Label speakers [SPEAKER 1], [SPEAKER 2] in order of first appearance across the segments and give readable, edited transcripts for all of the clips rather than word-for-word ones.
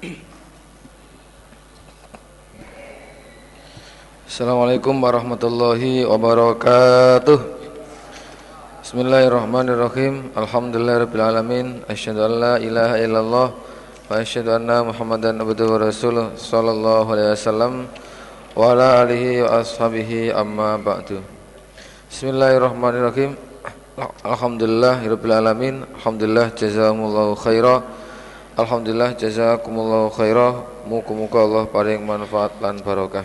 [SPEAKER 1] Assalamualaikum warahmatullahi wabarakatuh. Bismillahirrahmanirrahim. Alhamdulillahirabbil alamin. Asyhadu an la ilaha illallah wa asyhadu anna Muhammadan abduhu wa rasuluh sallallahu alaihi wasallam wa ala alihi wa ashabihi amma ba'du. Bismillahirrahmanirrahim. Alhamdulillahirabbil alamin. Alhamdulillah jazakumullahu khaira. Alhamdulillah jazakumullahu khaira. Muga-muga Allah paring manfaat lan barokah.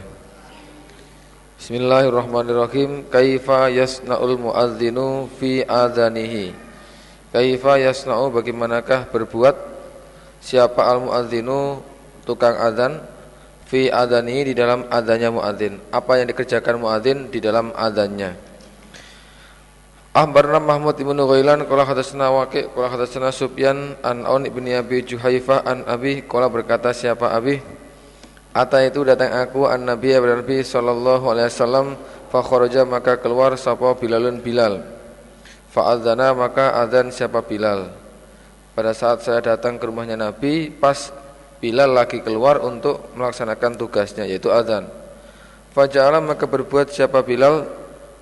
[SPEAKER 1] Bismillahirrahmanirrahim. Kaifa yasna'ul muadzinu fi adzanihi. Kaifa yasna'u, bagaimanakah berbuat siapa al muadzinu, tukang adzan, fi adzanihi, di dalam adzannya muadzin. Apa yang dikerjakan muadzin di dalam adzannya. Ahbarna Mahmud ibnu Ghailan qala hadatsana Waqi' qala hadatsana Sufyan an Aun ibni Abi Juhaifah an Abi qala, berkata siapa Abi, Ata itu datang aku an Nabi sallallahu alaihi wasallam, fa kharaja, maka keluar sapa Bilalun Bilal, fa adzana, maka adzan siapa Bilal. Pada saat saya datang ke rumahnya Nabi, pas Bilal lagi keluar untuk melaksanakan tugasnya, yaitu adzan. Fa ja'ala, maka berbuat siapa Bilal,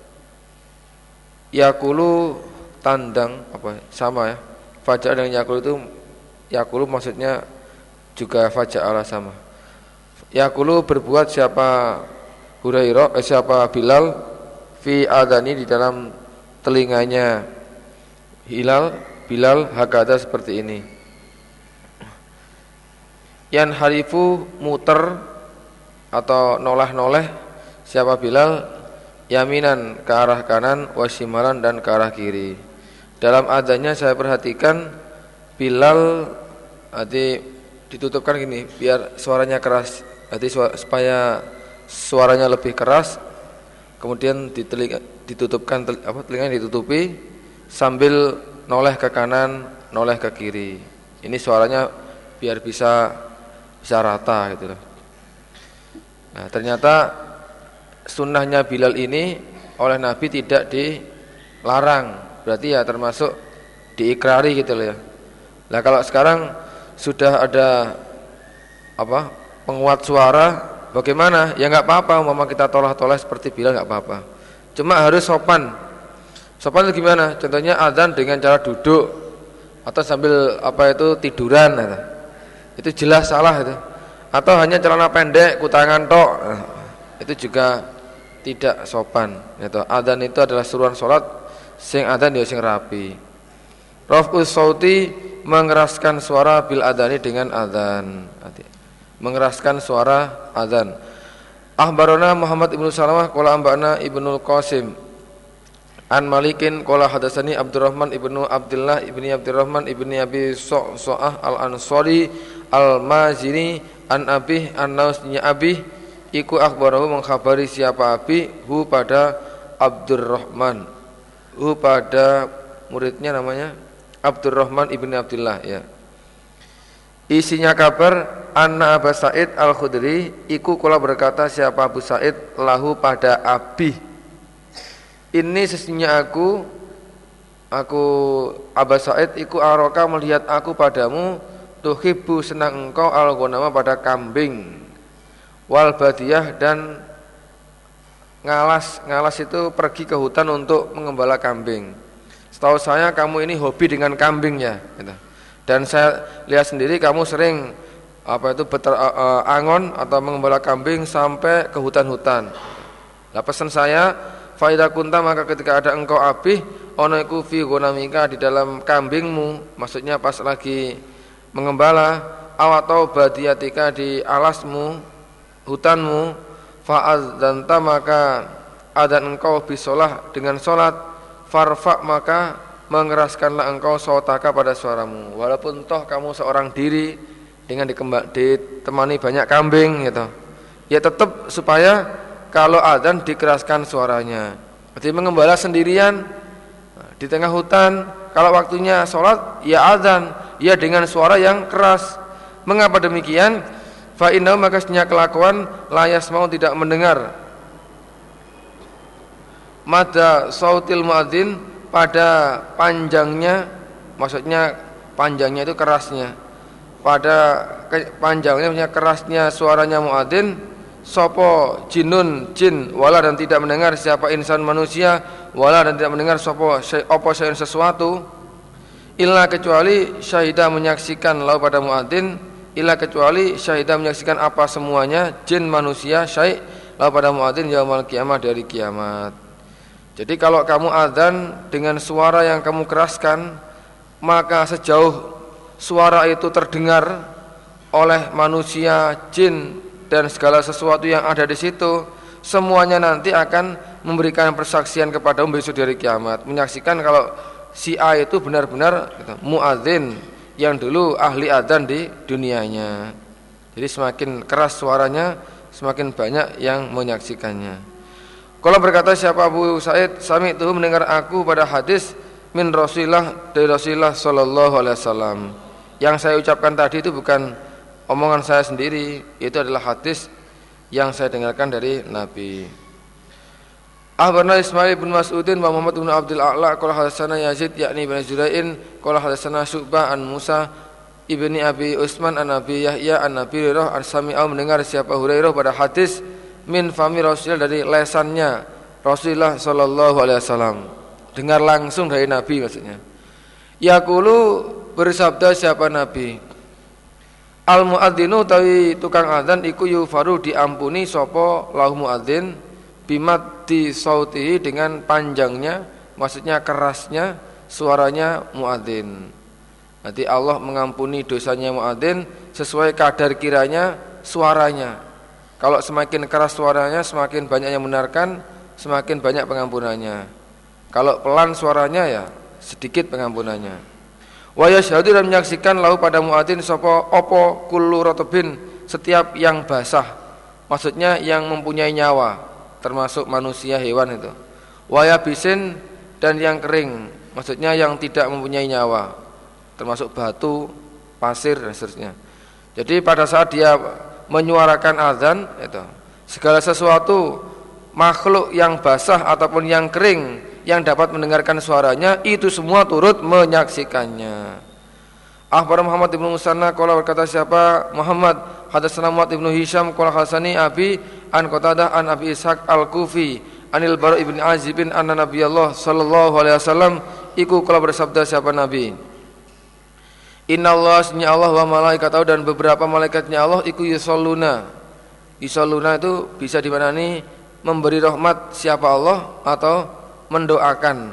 [SPEAKER 1] yakulu, tandang, apa sama ya, fa ja'ala dengan yakulu itu, yakulu maksudnya juga fa ja'ala sama. Yakulu, berbuat siapa Hurairah, siapa Bilal, fi adani, di dalam telinganya Bilal, hakada, seperti ini. Yan harifu, muter atau noleh siapa Bilal, yaminan, ke arah kanan, wasimalan, dan ke arah kiri. Dalam adanya saya perhatikan Bilal ditutupkan gini biar suaranya keras. Supaya suaranya lebih keras, kemudian ditutupkan telinganya ditutupi sambil noleh ke kanan, noleh ke kiri. Ini suaranya biar bisa rata gitu loh. Nah, ternyata sunnahnya Bilal ini oleh Nabi tidak dilarang, berarti ya termasuk diikrari gitu loh ya. Nah, kalau sekarang sudah ada penguat suara, bagaimana? Ya enggak apa-apa, umpama kita tolah-tolah seperti Bilal enggak apa-apa. Cuma harus sopan. Sopan itu gimana? Contohnya adzan dengan cara duduk atau sambil tiduran gitu. Itu jelas salah itu. Atau hanya celana pendek, kutangan tok. Itu juga tidak sopan gitu. Adzan itu adalah seruan salat, sing adzan ya sing rapi. Raf'us sauti, mengeraskan suara bil adzani, dengan adzan. Mengeraskan suara azan. Ahbarana Muhammad ibnu Salamah qala ambana Ibnul Qasim an Malikin qala hadatsani Abdurrahman ibnu Abdullah ibni Abdurrahman ibni Abi So'ah al-Ansari al-Mazini an Abi an-Nausnya Abi iku akhbarahu, mengkhabari siapa Abi hu pada Abdurrahman, hu pada muridnya namanya Abdurrahman ibni Abdullah ya. Isinya kabar anna Abu Sa'id al-Khudri iku kala, berkata siapa Abu Sa'id lahu pada Abi, ini sesungguhnya aku Abu Sa'id iku aroka, melihat aku padamu, tuhibbu, senang engkau, al-ghanama, pada kambing, wal badiyah, dan ngalas itu pergi ke hutan untuk mengembala kambing. Setahu saya kamu ini hobi dengan kambing ya gitu. Dan saya lihat sendiri kamu sering angon atau mengembala kambing sampai ke hutan-hutan. Nah, pesan saya, fa idza kunta, maka ketika ada engkau Abi, ono iku fi ghanamika, di dalam kambingmu, maksudnya pas lagi mengembala, atau badiyatika, di alasmu, hutanmu, fa adzanta, maka adzan engkau bisolah, dengan salat, farfa, maka mengeraskanlah engkau sautaka, pada suaramu, walaupun toh kamu seorang diri dengan ditemani banyak kambing gitu. Ya tetap supaya kalau adzan dikeraskan suaranya. Jadi mengembala sendirian di tengah hutan, kalau waktunya sholat ya adzan, ya dengan suara yang keras. Mengapa demikian? Fa innahu, maka sesungguhnya kelakuan la yasma'u, tidak mendengar, mada sautil muadzin, pada panjangnya, maksudnya panjangnya itu kerasnya, pada panjangnya kerasnya suaranya muadzin sopo jinun jin wala dan tidak mendengar siapa insan manusia wala dan tidak mendengar sopo opo syai'un sesuatu illa kecuali syahidah menyaksikan lau pada muadzin illa kecuali syahidah menyaksikan apa semuanya jin manusia syai' lau pada muadzin yaumul kiamah dari kiamat. Jadi kalau kamu adzan dengan suara yang kamu keraskan, maka sejauh suara itu terdengar oleh manusia, jin dan segala sesuatu yang ada di situ, semuanya nanti akan memberikan persaksian kepadamu besok dari kiamat, menyaksikan kalau si A itu benar-benar muadzin yang dulu ahli adzan di dunianya. Jadi semakin keras suaranya, semakin banyak yang menyaksikannya. Kalau berkata siapa Abu Sa'id, sami itu mendengar aku pada hadis min Rasulillah dari Rasulullah sallallahu alaihi wasallam. Yang saya ucapkan tadi itu bukan omongan saya sendiri, itu adalah hadis yang saya dengarkan dari Nabi. Akhbarna Ismail bin Mas'udin wa Muhammad bin Abdul A'la qala hadatsana Yazid yakni bin Zurain qala hadatsana Syu'bah an Musa ibni Abi Utsman an Abi Yahya an Nabi Hurairah an sami'a mendengar siapa Hurairah pada hadis min fami Rasulillah dari lesannya Rasulullah sallallahu alaihi wasallam. Dengar langsung dari Nabi maksudnya. Yaqulu bersabda siapa Nabi? Al muadzinu tawi tukang adzan iku yufaru diampuni sapa lahu muadzin bimat di sautihi dengan panjangnya, maksudnya kerasnya suaranya muadzin. Nanti Allah mengampuni dosanya muadzin sesuai kadar kiranya suaranya. Kalau semakin keras suaranya, semakin banyak yang benarkan, semakin banyak pengampunannya. Kalau pelan suaranya ya sedikit pengampunannya. Wa yashhadu dan menyaksikan lahu pada muadzin sapa apa kullu ratbin setiap yang basah. Maksudnya yang mempunyai nyawa, termasuk manusia, hewan itu. Wa yabisin dan yang kering, maksudnya yang tidak mempunyai nyawa, termasuk batu, pasir dan seterusnya. Jadi pada saat dia menyuarakan azan itu segala sesuatu makhluk yang basah ataupun yang kering yang dapat mendengarkan suaranya itu semua turut menyaksikannya. Akhbar Muhammad ibnu Musanna qala berkata siapa Muhammad hadatsana Muhammad ibnu Hisham qala hasani abi an Qatadah an Abi Ishaq al-Kufi anil Bara ibn Azib anna Nabiyallah sallallahu alaihi wasallam iku qala bersabda siapa Nabi Innallaha sunnya Allah wa malaikatahu dan beberapa malaikatnya Allah iku yusalluna. Yusalluna itu bisa dimaknani memberi rahmat siapa Allah atau mendoakan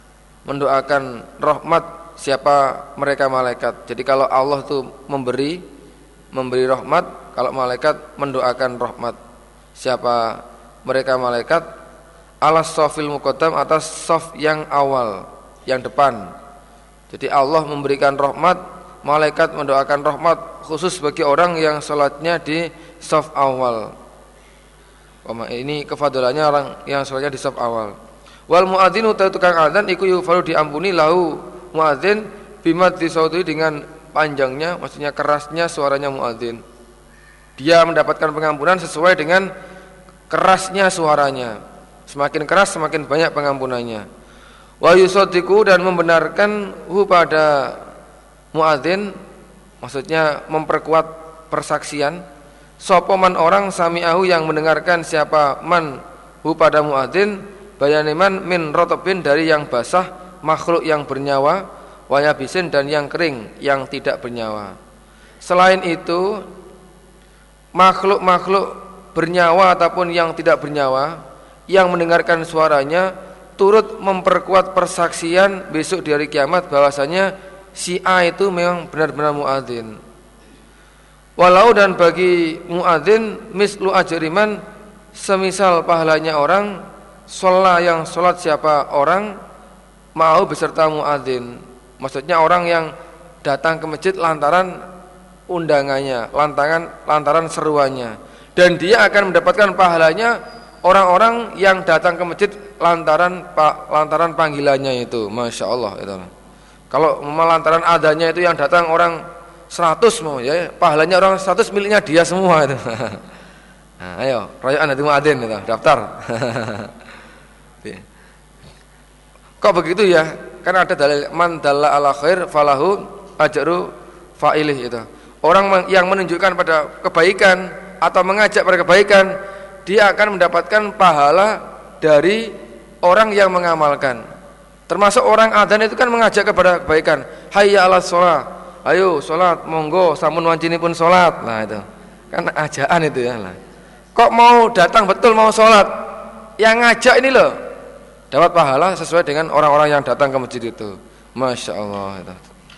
[SPEAKER 1] rahmat siapa mereka malaikat. Jadi kalau Allah itu memberi rahmat, kalau malaikat mendoakan rahmat siapa mereka malaikat alas safil muqaddam atas saf yang awal, yang depan. Jadi Allah memberikan rahmat, malaikat mendoakan rahmat khusus bagi orang yang salatnya di saf awal. Ini kefadalannya orang yang salatnya di saf awal. Wal muadzinu tukang adzan iku yufaru diampuni lahu muadzin bimadzi sauti dengan panjangnya, maksudnya kerasnya suaranya muadzin. Dia mendapatkan pengampunan sesuai dengan kerasnya suaranya. Semakin keras semakin banyak pengampunannya. Wa yusaddiqu dan membenarkan pada muadzin, maksudnya memperkuat persaksian sapa man orang sami'ahu yang mendengarkan siapa man pada muadzin bayaniman min rotobin dari yang basah makhluk yang bernyawa wayabisin dan yang kering yang tidak bernyawa. Selain itu makhluk-makhluk bernyawa ataupun yang tidak bernyawa yang mendengarkan suaranya turut memperkuat persaksian besok di hari kiamat bahwasanya si A itu memang benar-benar muadzin. Walau dan bagi muadzin mislu ajriman semisal pahalanya orang sholat yang sholat siapa orang mau beserta muadzin. Maksudnya orang yang datang ke masjid lantaran undangannya, lantaran seruannya, dan dia akan mendapatkan pahalanya orang-orang yang datang ke masjid lantaran panggilannya itu. Masya Allah itu. Kalau lantaran adanya itu yang datang orang 100 mau ya, pahalanya orang 100 miliknya dia semua itu. Nah, ayo, rayaan hati muadzin itu, daftar. Kok begitu ya? Kan ada dalil man dalla ala khair falahu ajru fa'ilih itu. Orang yang menunjukkan pada kebaikan atau mengajak pada kebaikan, dia akan mendapatkan pahala dari orang yang mengamalkan. Termasuk orang adzan itu kan mengajak kepada kebaikan. Hayya 'alas shalah. Ayo salat, monggo sampun wancinipun salat. Nah itu. Kan ajaan itu ya lah. Kok mau datang betul mau salat? Yang ngajak ini loh dapat pahala sesuai dengan orang-orang yang datang ke masjid itu. Masya Allah itu.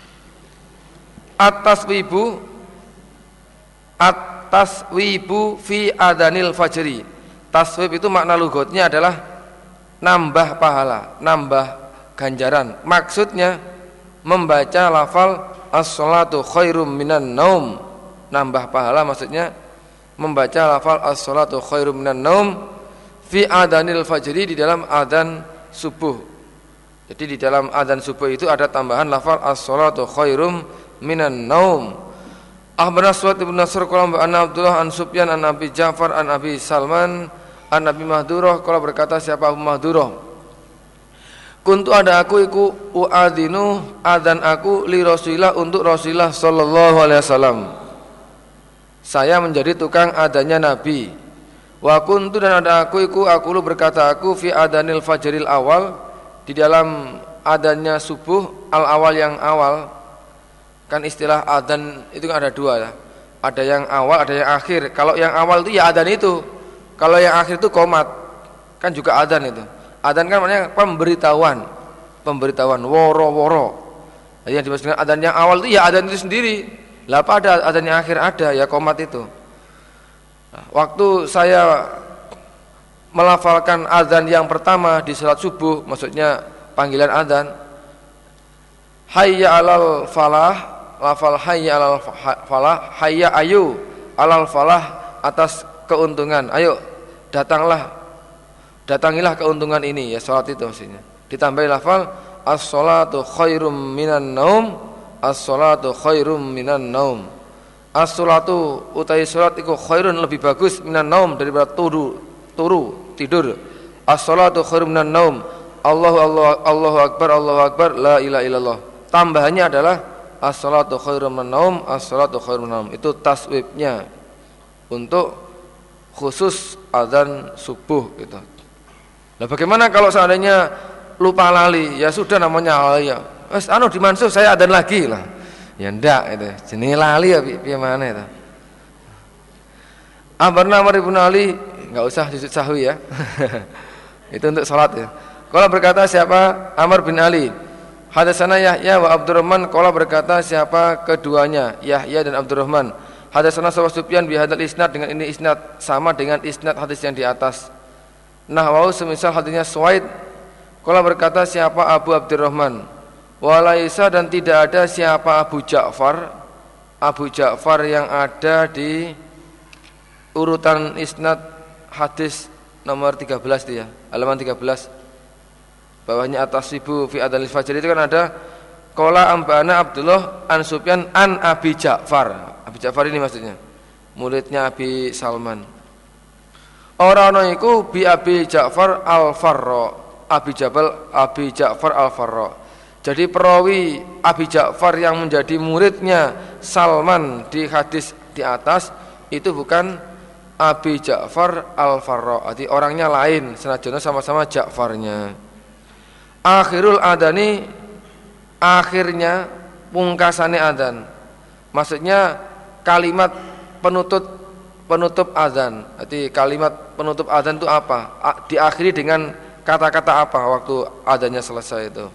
[SPEAKER 1] At-taswibu fi adanil fajri. Taswib itu makna lughatnya adalah nambah pahala, nambah ganjaran. Maksudnya membaca lafal as-sholatu khairum minan naum. Nambah pahala maksudnya membaca lafal as-sholatu khairum minan naum fi adanil fajri, di dalam adzan subuh. Jadi di dalam adzan subuh itu ada tambahan lafal as-sholatu khairum minan naum. Ahbarana Suhaib bin Nasr qala an Abdullah an Sufyan an Abi Ja'far an Abi Salman an Abi Mahdurah qala berkata siapa Abu Mahdurah, kuntu ada aku iku uadzinu adzan aku li Rasulillah untuk Rasulullah sallallahu alaihi wasallam. Saya menjadi tukang adanya Nabi. Wa kuntu dan ada aku iku lu berkata aku fi adanil fajril awal, di dalam adanya subuh al awal yang awal. Kan istilah adzan itu kan ada dua ya. Ada yang awal, ada yang akhir. Kalau yang awal itu ya adzan itu. Kalau yang akhir itu qomat. Kan juga adzan itu. Adzan kan maknanya pemberitahuan. Pemberitahuan woro-woro. Yang dimaksud dengan adzan yang awal itu ya adzan itu sendiri. Lah apa ada adzan yang akhir, ada ya qomat itu. Nah, waktu saya melafalkan adzan yang pertama di salat subuh, maksudnya panggilan adzan, hayya 'alal falah, lafal hayya 'alal falah, hayya ayu 'alal falah, atas keuntungan. Ayo datangilah keuntungan ini ya, salat itu maksudnya. Ditambahi lafal as-shalatu khairum minan naum, as-shalatu khairum minan naum. As-shalatu utai salat iku khairun lebih bagus minan naum daripada tidur. As-shalatu khairum minan naum. Allahu akbar la ilaha illallah. Tambahannya adalah as-shalatu khairum minan naum, as-shalatu khairum minan naum. Itu taswibnya untuk khusus azan subuh gitu. Nah, bagaimana kalau seandainya lupa lali? Ya sudah namanya ya. Wes dimansuh saya adzan lagi lah. Ya ndak itu. Jenenge lali ya piye maneh itu. Abarna Amr bin Ali, enggak usah sujud sahwi ya. Itu untuk salat ya. Qala berkata siapa? Amr bin Ali. Hadatsana Yahya wa Abdurrahman, qala berkata siapa keduanya? Yahya dan Abdurrahman. Hadatsana Sufyan bi hadzal isnad, dengan ini isnad sama dengan isnad hadis yang di atas. Nahwau semisal hadisnya Suwaid. Qala berkata siapa Abu Abdurrahman? Walaisa, dan tidak ada siapa Abu Ja'far. Abu Ja'far yang ada di urutan isnad hadis nomor 13 dia, halaman 13. Bawahnya atas ibu fi adalil fajr itu kan ada qala ambana Abdullah an Sufyan an Abi Ja'far. Abi Ja'far ini maksudnya muridnya Abi Salman. Orang iku bi Abi Ja'far al-Farra. Abi Ja'far al-Farra. Jadi perawi Abi Ja'far yang menjadi muridnya Salman di hadis di atas itu bukan Abi Ja'far al-Farra. Jadi orangnya lain, senajan sama-sama Ja'farnya. Akhirul adani, akhirnya pungkasane adzan. Maksudnya kalimat penutup adzan. Jadi kalimat penutup adzan itu apa? Diakhiri dengan kata-kata apa waktu adzannya selesai itu?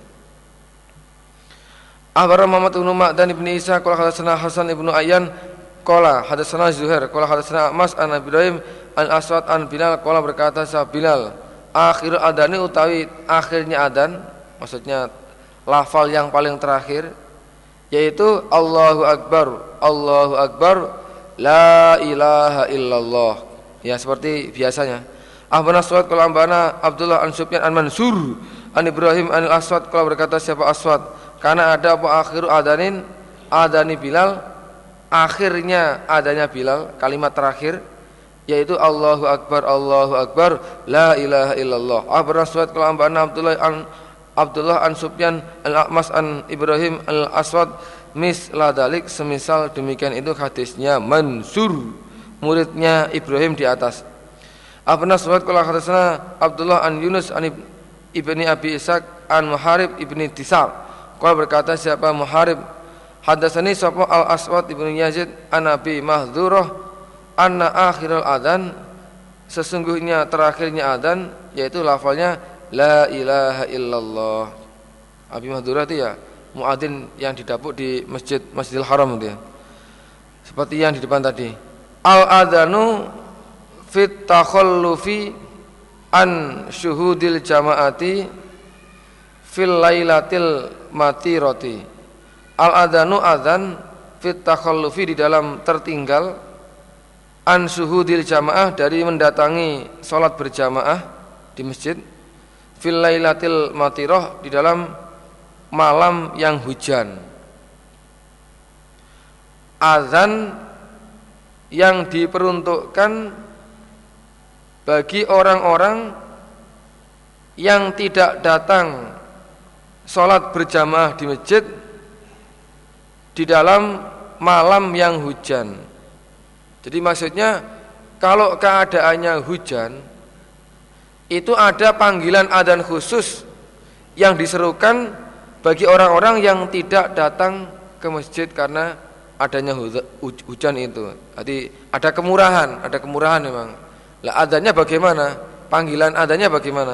[SPEAKER 1] Akhbarana Muhammad bin Ma'dan bin Isa qala hadatsana Hasan bin Ayyan qala hadatsana Zuhair qala hadatsana Mas an Ibrahim an Aswad an Bilal qala berkata sah Bilal, akhir adani utawi akhirnya adzan, maksudnya lafal yang paling terakhir yaitu Allahu Akbar la ilaha illallah. Ya seperti biasanya. Ahbana Aswad qala ambana Abdullah an Sufyan an Mansur an Ibrahim an Aswad qala berkata siapa Aswad, karena ada apa akhiru adani Bilal, akhirnya adanya Bilal, kalimat terakhir yaitu Allahu Akbar la ilaha illallah. Ahbarana Aswad qala ambana Abdullah an Abdullah an Sufyan al-A'mas an Ibrahim al-Aswad misla dalik, semisal demikian itu hadisnya Mansur muridnya Ibrahim di atas. Abna Suhaid qala hadatsana Abdullah an Yunus an ibni Abi Ishaq an Muharib ibni Tisar qala berkata siapa Muharib hadatsani sapa al-Aswad ibnu Yazid an Abi Mahdhurah anna akhiral adzan, sesungguhnya terakhirnya adzan yaitu lafalnya la ilaha illallah. Abi Mahdhurah itu ya muadzin yang didapuk di Masjidil Haram itu ya. Seperti yang di depan tadi. Al-adzanu fit takhallufi an syuhudil jamaati fil lailatil matirati. Al-adzanu adzan fit takhallufi di dalam tertinggal an syuhudil jamaah dari mendatangi salat berjamaah di masjid fil lailatil matirah di dalam malam yang hujan. Azan yang diperuntukkan bagi orang-orang yang tidak datang sholat berjamaah di masjid di dalam malam yang hujan. Jadi maksudnya kalau keadaannya hujan itu ada panggilan adzan khusus yang diserukan bagi orang-orang yang tidak datang ke masjid karena adanya hujan itu. Jadi ada kemurahan memang. Lah adzannya bagaimana? Panggilan adzannya bagaimana?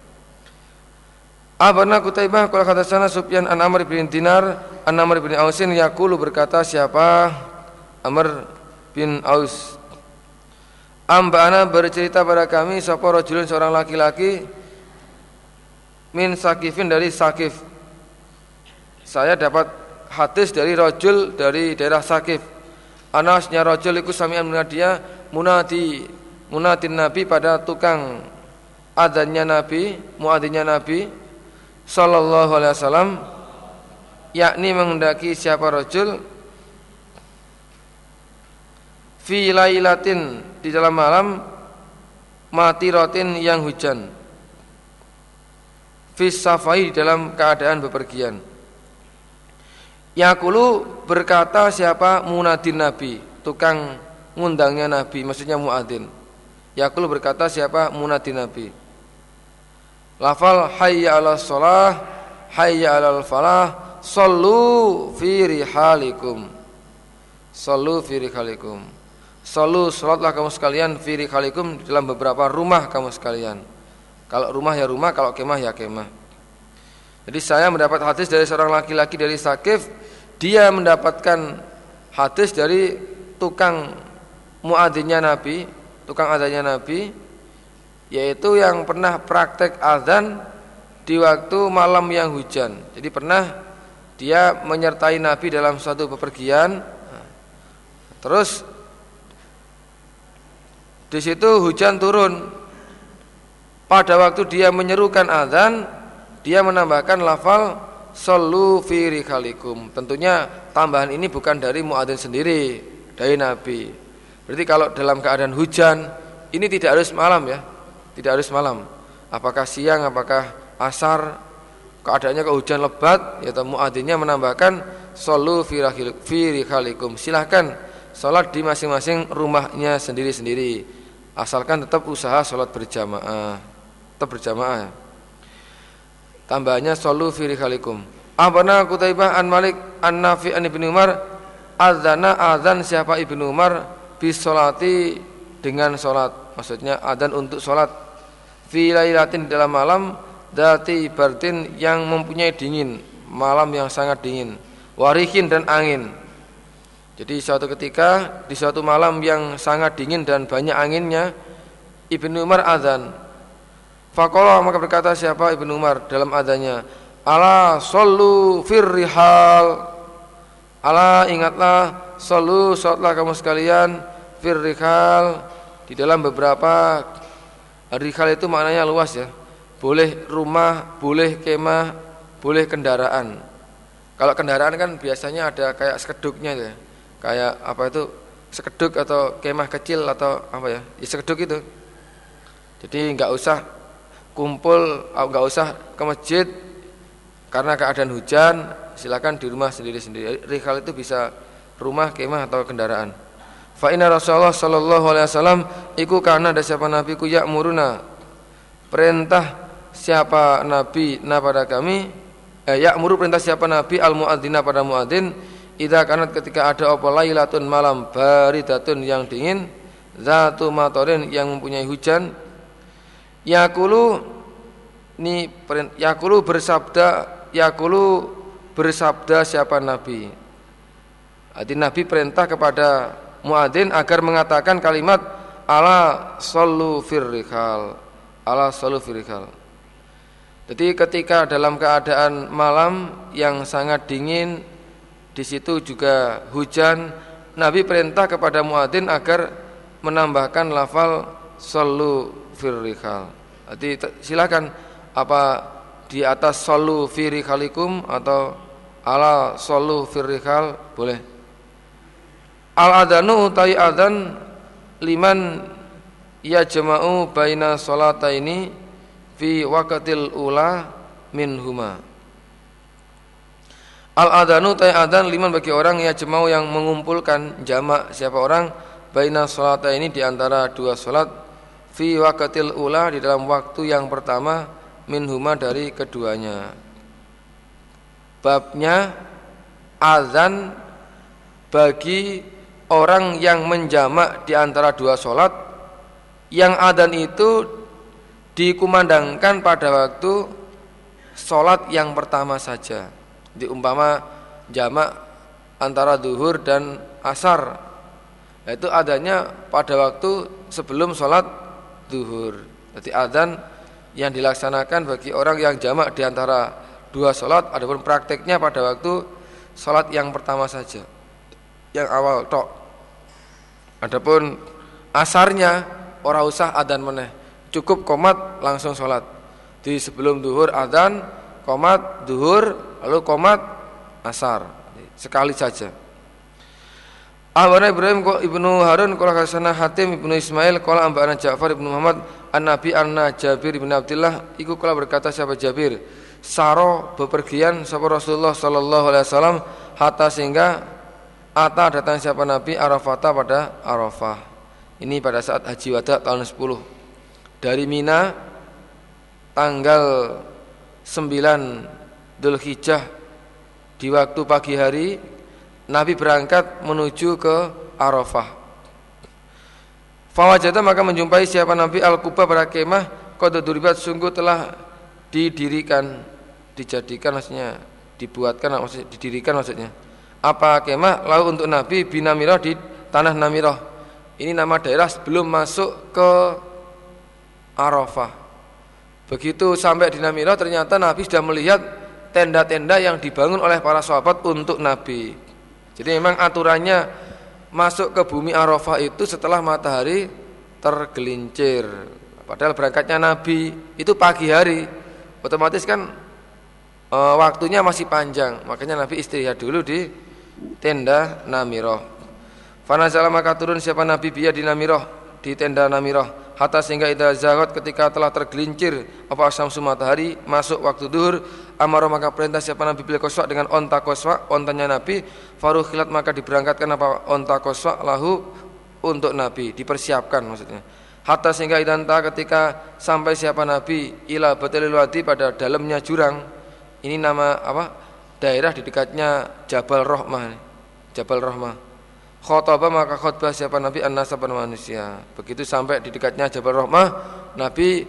[SPEAKER 1] Abarna Qutaibah qala hadatsana Sufyan an Amr bin Dinar an Amr bin Ausin yaqulu berkata siapa Amr bin Aus Ambana bercerita pada kami sapa rajulun seorang laki-laki min Sakifin dari Sakif. Saya dapat hadis dari rajul dari daerah Sakif. Anasnya rajul iku sami'an munadia munadin Nabi pada tukang adzannya Nabi, muadzinnya Nabi sallallahu alaihi wasallam, yakni menghendaki siapa rajul fi lailatin di dalam malam matiratin yang hujan, fi safai di dalam keadaan bepergian. Yaqulu berkata siapa munadin Nabi, tukang ngundangnya Nabi, maksudnya muadzin. Yaqulu berkata siapa munadin Nabi. Lafal hayya 'alas shalah, hayya 'alal falah, sallu fi rihalikum. Sallu fi rihalikum. Sallu salatlah kamu sekalian fi rihalikum dalam beberapa rumah kamu sekalian. Kalau rumah ya rumah, kalau kemah ya kemah. Jadi saya mendapat hadis dari seorang laki-laki dari Sakif. Dia mendapatkan hadis dari tukang muadzinnya Nabi, tukang adzannya Nabi, yaitu yang pernah praktek adzan di waktu malam yang hujan. Jadi pernah dia menyertai Nabi dalam suatu bepergian. Terus di situ hujan turun. Pada waktu dia menyerukan adzan, dia menambahkan lafal sallu fi rihalikum. Tentunya tambahan ini bukan dari muadzin sendiri, dari Nabi. Berarti kalau dalam keadaan hujan, ini tidak harus malam ya. Tidak harus malam. Apakah siang, apakah asar, keadaannya kalau hujan lebat, ya muadzinnya menambahkan sallu fi rihalikum. Silahkan salat di masing-masing rumahnya sendiri-sendiri. Asalkan tetap usaha salat berjamaah. Tetap berjamaah. Tambahannya sallu fi rihalikum. Abana Qutaibah an Malik an Nafi an Ibnu Umar adzana adzan siapa Ibnu Umar bis salati dengan salat. Maksudnya adzan untuk salat fi lailatin dalam malam dzati bardin yang mempunyai dingin, malam yang sangat dingin, warihin dan angin. Jadi suatu ketika di suatu malam yang sangat dingin dan banyak anginnya, Ibnu Umar adzan. Faqala maka berkata siapa Ibnu Umar dalam adanya, ala sallu fir rihal. Ala ingatlah, sallu salatlah kamu sekalian fir rihal di dalam beberapa. Rihal itu maknanya luas ya. Boleh rumah, boleh kemah, boleh kendaraan. Kalau kendaraan kan biasanya ada kayak sekeduknya ya. Kayak apa itu? Sekeduk atau kemah kecil atau apa ya? Ya sekeduk itu. Jadi enggak usah kumpul, enggak usah ke masjid karena keadaan hujan, silakan di rumah sendiri-sendiri. Rikhal itu bisa rumah, kemah atau kendaraan. Fa inna Rasulullah sallallahu alaihi wasallam iku kana ada siapa nabi ku ya'muruna, perintah siapa nabi pada kami, ya'muru perintah siapa nabi al muadzina pada muadzin, idza kanat ketika ada apa lailatun malam baridatun yang dingin, zatu matorin yang mempunyai hujan, yakulu bersabda siapa nabi. Jadi nabi perintah kepada muadzin agar mengatakan kalimat ala sallu firrikhal, ala sallu firrikhal. Jadi ketika dalam keadaan malam yang sangat dingin, di situ juga hujan, nabi perintah kepada muadzin agar menambahkan lafal sallu firrikhal. Jadi silakan apa di atas sallu firrikhalikum atau ala sallu firrikhal boleh. Al-adhanu utai adhan liman yajma'u baina sholataini fi waqtil ula minhuma. Al-adhanu utai adhan liman bagi orang yajma'u yang mengumpulkan jamak siapa orang baina sholataini di antara dua salat fi waqtil ula di dalam waktu yang pertama minhuma dari keduanya. Babnya azan bagi orang yang menjamak di antara dua sholat, yang adzan itu dikumandangkan pada waktu sholat yang pertama saja. Diumpama jamak antara zuhur dan asar, yaitu adzannya pada waktu sebelum sholat zuhur. Jadi adzan yang dilaksanakan bagi orang yang jamak di antara dua sholat, adapun prakteknya pada waktu sholat yang pertama saja, yang awal tok. Adapun asarnya ora usah adzan meneh, cukup qomat langsung sholat. Di sebelum zuhur adzan, qomat zuhur, lalu qomat asar, sekali saja. Akhbarana Ibrahim ibnu Harun qala hasana Hatim ibnu Ismail qala ambana Ja'far ibnu Muhammad an-Nabi anna Jabir ibnu Abdullah iku kala berkata siapa Jabir, saro bepergian sapa Rasulullah sallallahu alaihi wasallam hatta sehingga ata datang siapa Nabi Arafata pada Arafah. Ini pada saat haji wada tahun 10. Dari Mina tanggal 9 Dzulhijjah di waktu pagi hari Nabi berangkat menuju ke Arafah. Fawajata maka menjumpai siapa Nabi al-Quba pada kemah qad duribat sungguh telah dijadikan maksudnya apa kemah lalu untuk Nabi binamirah di tanah Namirah. Ini nama daerah sebelum masuk ke Arafah. Begitu sampai di Namirah ternyata Nabi sudah melihat tenda-tenda yang dibangun oleh para sahabat untuk Nabi. Jadi memang aturannya masuk ke bumi Arafah itu setelah matahari tergelincir. Padahal berangkatnya Nabi itu pagi hari, otomatis kan waktunya masih panjang. Makanya Nabi istirahat dulu di tenda Namirah. Fanazala maka turun siapa Nabi biya di Namirah, di tenda Namirah, hatta sehingga idza zaghat ketika telah tergelincir apa syamsu matahari masuk waktu zuhur, amara maka perintah siapa Nabi bil qaswa dengan onta qaswa, ontanya Nabi, farukhilat maka diberangkatkan apa onta qaswa lahu untuk Nabi, dipersiapkan maksudnya. Hatta sehingga idanta ketika sampai siapa Nabi ila batilil wadi pada dalamnya jurang. Ini nama apa? Daerah di dekatnya Jabal Rahmah. Jabal Rahmah. Khotbah maka khutbah siapa Nabi an-nasa pada manusia. Begitu sampai di dekatnya Jabal Rahmah, Nabi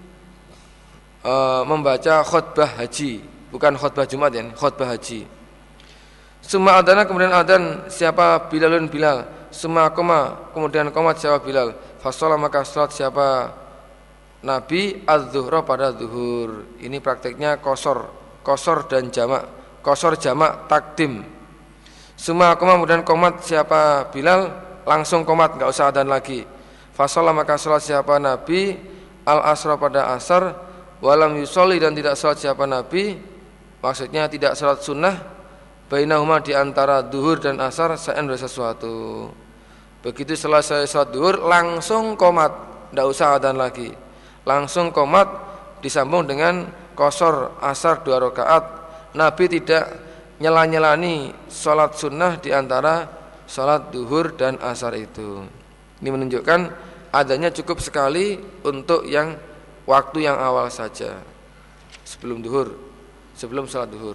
[SPEAKER 1] membaca khutbah haji, bukan khutbah Jumat ya, khutbah haji. Summa adana kemudian adan siapa Bilalun Bilal. Summa koma kemudian qomat siapa Bilal. Fashala maka salat siapa Nabi az-zuhra pada zuhur. Ini prakteknya qasar dan jamak. Qasar jamak takdim. Summa kemudian qomat siapa Bilal langsung qomat, enggak usah adzan lagi. Fashala maka salat siapa Nabi al-asra pada asar, walam yusolli dan tidak salat siapa Nabi, maksudnya tidak salat sunnah bainahuma di antara zuhur dan asar sa'an sesuatu. Begitu selesai salat zuhur langsung qomat, enggak usah adzan lagi. Langsung qomat disambung dengan qasar asar 2 rakaat. Nabi tidak nyela-nyelani sholat sunnah di antara sholat duhur dan asar itu. Ini menunjukkan adanya cukup sekali untuk yang waktu yang awal saja, sebelum duhur, sebelum sholat duhur.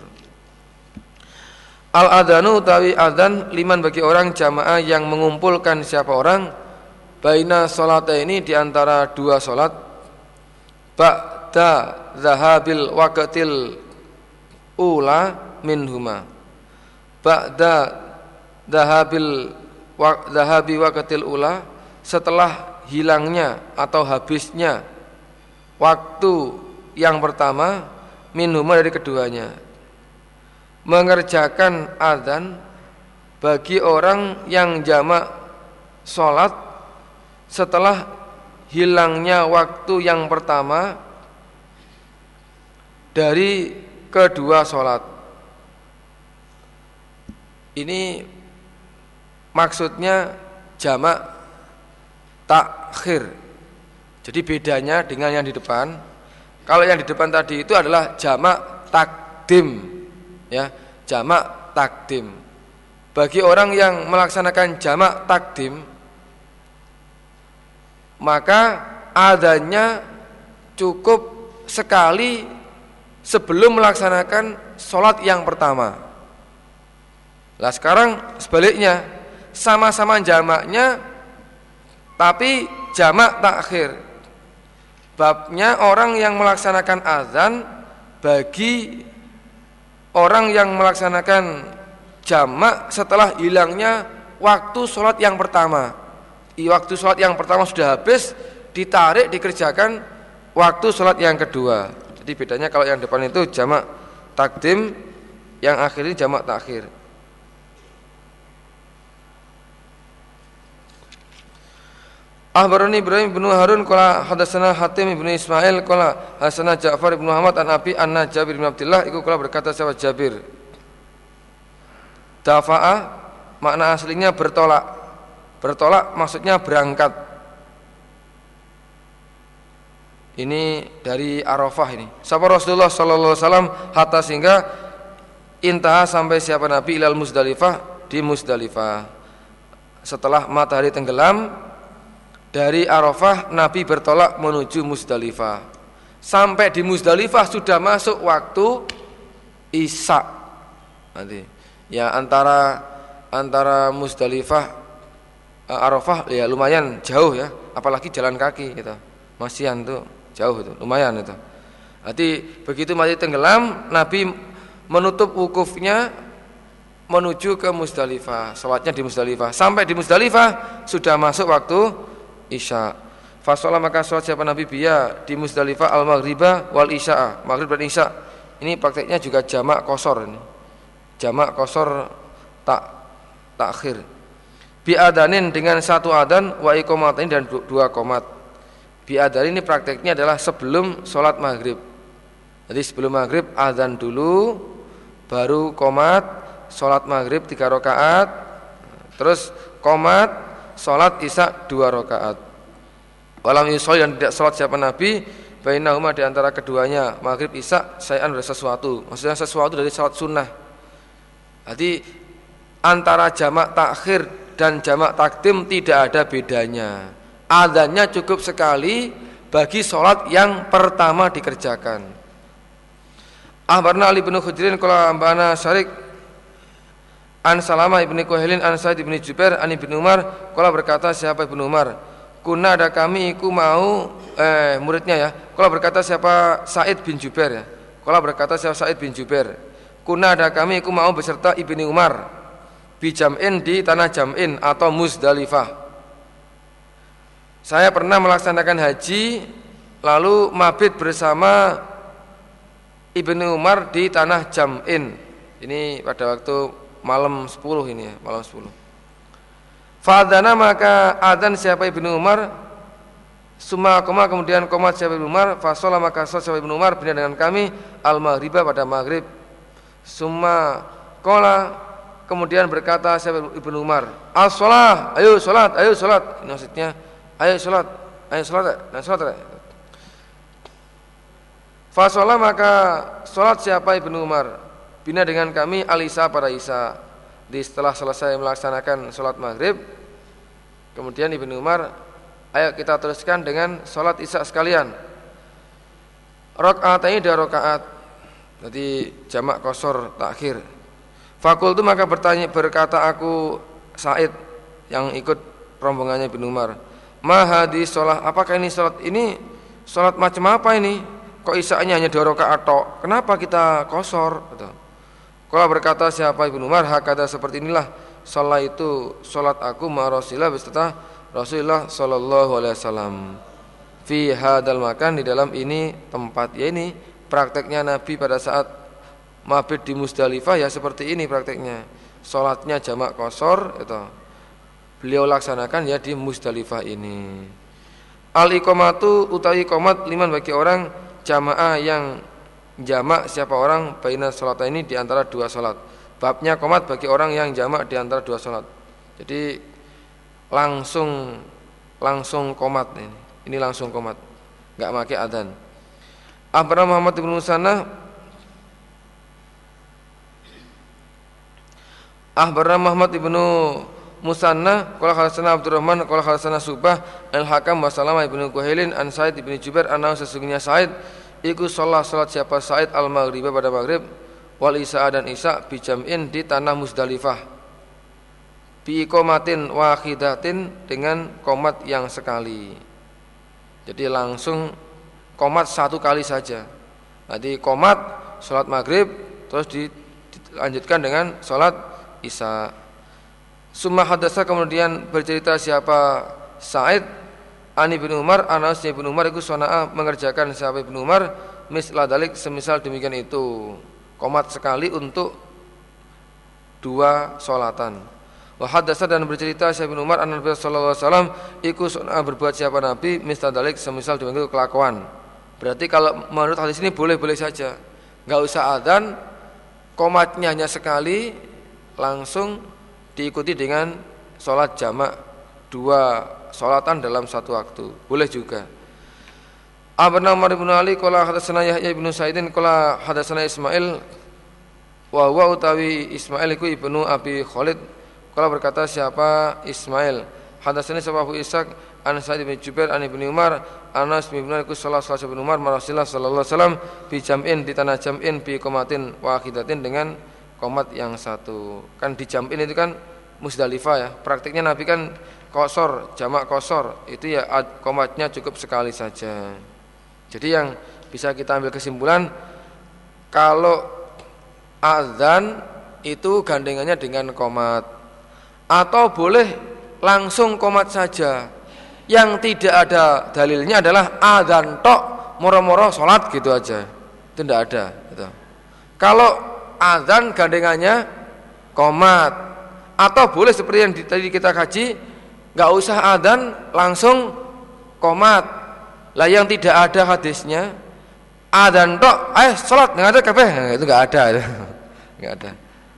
[SPEAKER 1] Al-adhanu utawi adzan liman bagi orang jamaah yang mengumpulkan siapa orang baina sholataini di antara dua sholat ba'da zahabil waqtil ula minhuma, ba'da zahabi waqtil ula, setelah hilangnya atau habisnya waktu yang pertama, minhuma dari keduanya. Mengerjakan adzan bagi orang yang jamak sholat setelah hilangnya waktu yang pertama dari kedua sholat. Ini maksudnya jamak takhir. Jadi bedanya dengan yang di depan. Kalau yang di depan tadi itu adalah jamak takdim, ya, jamak takdim. Bagi orang yang melaksanakan jamak takdim, maka adanya cukup sekali sebelum melaksanakan sholat yang pertama. Lah sekarang sebaliknya, sama-sama jamaknya tapi jamak takhir. Babnya orang yang melaksanakan azan bagi orang yang melaksanakan jamak setelah hilangnya waktu sholat yang pertama. Waktu sholat yang pertama sudah habis, ditarik dikerjakan waktu sholat yang kedua. Jadi bedanya kalau yang depan itu jamak takdim, yang akhir ini jamak takhir. Akhbarani Ibrahim bin Harun qala hadatsana Hatim bin Ismail qala hadatsana Ja'far bin Muhammad an Abi anna Jabir bin Abdullah iku qala berkata sahabat Jabir, dafa'a makna aslinya bertolak. Bertolak maksudnya berangkat. Ini dari Arafah ini. Sapa Rasulullah sallallahu alaihi wasallam hatta sehingga intaha sampai siapa Nabi ilal Muzdalifah, di Muzdalifah. Setelah matahari tenggelam dari Arafah, Nabi bertolak menuju Muzdalifah. Sampai di Muzdalifah sudah masuk waktu Isya. Nanti ya antara Muzdalifah Arafah ya lumayan jauh ya, apalagi jalan kaki gitu. Masian tuh jauh itu, lumayan itu. Nanti begitu matahari tenggelam, Nabi menutup wukufnya menuju ke Muzdalifah, salatnya di Muzdalifah. Sampai di Muzdalifah sudah masuk waktu Isya. Fasolah maka sholat siapa Nabi biya di Muzdalifah al-maghriba wal isya, maghrib dan isya. Ini prakteknya juga jamak qashar ini. Jamak qashar takhir. Bi adanin dengan satu adan wa iqamatain dan dua qomat. Bi adan ini prakteknya adalah sebelum sholat maghrib. Jadi sebelum maghrib adzan dulu, baru qomat, sholat maghrib 3 rakaat, terus qomat, sholat isya 2 rakaat. Walam yusol yang tidak sholat siapa Nabi bainahuma di antara keduanya maghrib isya sayan ada sesuatu. Maksudnya sesuatu dari sholat sunnah. Jadi antara jamak takhir dan jamak takdim tidak ada bedanya. Adzannya cukup sekali bagi sholat yang pertama dikerjakan. Akhbarna Ali bin Khudrin qala ambana Syarik an Salamah ibni Kuhailin an Sa'id ibni Jubair an ibni Umar qala berkata siapa Ibnu Umar, kuna ada kami iku mau muridnya ya. Qala berkata siapa Sa'id bin Jubair ya. Qala berkata siapa Sa'id bin Jubair, kuna ada kami iku mau beserta Ibni Umar bijam'in di tanah Jam'in atau Muzdalifah. Saya pernah melaksanakan haji lalu mabit bersama Ibnu Umar di tanah Jam'in. Ini pada waktu malam 10 ini ya, malam 10. Fa'adana maka adzan siapa Ibnu Umar, summa qoma kemudian qomat siapa Ibnu Umar, fa shalla maka sholat siapa Ibnu Umar bina dengan kami al-maghriba pada maghrib. Summa qala kemudian berkata siapa Ibnu Umar, as-shalah, ayo salat, ayo salat. Ini maksudnya ayo salat, ayo salat, nah salat. Fa shalla maka salat siapa Ibnu Umar, bina dengan kami al-isya pada isya. Setelah selesai melaksanakan sholat maghrib, kemudian Ibnu Umar, ayo kita teruskan dengan sholat isya sekalian. Rakaat ini 2 rakaat, jadi jamak qasar takhir. Fakultu maka berkata aku Sa'id yang ikut rombongannya Ibnu Umar, ma hadis sholat, apakah ini sholat ini sholat macam apa ini? Kok isya'nya hanya 2 rakaat tok? Kenapa kita qasar? Kalau berkata siapa Ibnu Umar, hakada seperti inilah sholat itu sholat aku ma Rasulillah beserta Rasulullah sallallahu alaihi wasallam. Fi hadal makan, di dalam ini tempat, ya ini prakteknya Nabi pada saat mabit di Muzdalifah ya seperti ini prakteknya. Sholatnya jamak qasar itu beliau laksanakan ya di Muzdalifah ini. Al-iqamatu utawi qomat liman bagi orang jamaah yang jamak siapa orang baina sholat ini di antara 2 sholat. Babnya qomat bagi orang yang jamak di antara 2 sholat. Jadi langsung qomat ini. Ini langsung qomat, enggak pakai adzan. Akhbarana Muhammad bin Musanna Muhammad ibnu Musanna qala hadatsana Abdurrahman qala hadatsana Subah al-Hakam wa Salamah ibnu Kuhailin an Sa'id ibnu Jubair anna sesungguhnya Sa'id iku salat siapa Sa'id al-maghrib pada maghrib wal isya dan isya bijam'in di tanah Muzdalifah bi qomatin wahidatin dengan qomat yang sekali. Jadi langsung qomat 1 kali saja. Nanti qomat salat maghrib terus dilanjutkan dengan salat isya. Summa hadasa kemudian bercerita siapa Sa'id ani bin Umar Anas bin Umar itu sona'a mengerjakan siapa Ibnu Umar misla dalik semisal demikian itu. Qomat sekali untuk 2 sholatan. Wa hadasa dan bercerita siapa Ibnu Umar an Nabi sallallahu alaihi wasallam iku sona'a berbuat siapa Nabi misla dalik semisal demikian itu kelakuan. Berarti kalau menurut hadis ini boleh-boleh saja. Enggak usah adzan, qomatnya hanya sekali langsung diikuti dengan sholat jamak 2 sholatan dalam 1 waktu, boleh juga. Abarna Umar bin Ali qala hadatsana Yahya bin Sa'idin qala hadatsana Ismail wa huwa utawi Ismail iku ibnu Abi Khalid qala berkata siapa Ismail hadatsani sahabu Ishaq an Sa'id bin Jubair an Ibnu Umar Anas bin Malik sallallahu alaihi Umar Rasulullah sallallahu alaihi wasallam bi jam'in di tanah jam'in bi qomatin wahidatin dengan qomat yang 1. Kan di jam'in itu kan Muzdalifah ya. Praktiknya Nabi kan qasar, jamak qasar. Itu ya qomatnya cukup sekali saja. Jadi yang bisa kita ambil kesimpulan kalau azan itu gandengannya dengan qomat atau boleh langsung qomat saja. Yang tidak ada dalilnya adalah azan tok moro-moro salat gitu aja. Itu tidak ada gitu. Kalau azan gandengannya qomat atau boleh seperti yang tadi kita kaji enggak usah azan langsung qomat. Lah yang tidak ada hadisnya azan tok salat enggak ada kabeh itu enggak ada. Enggak ada.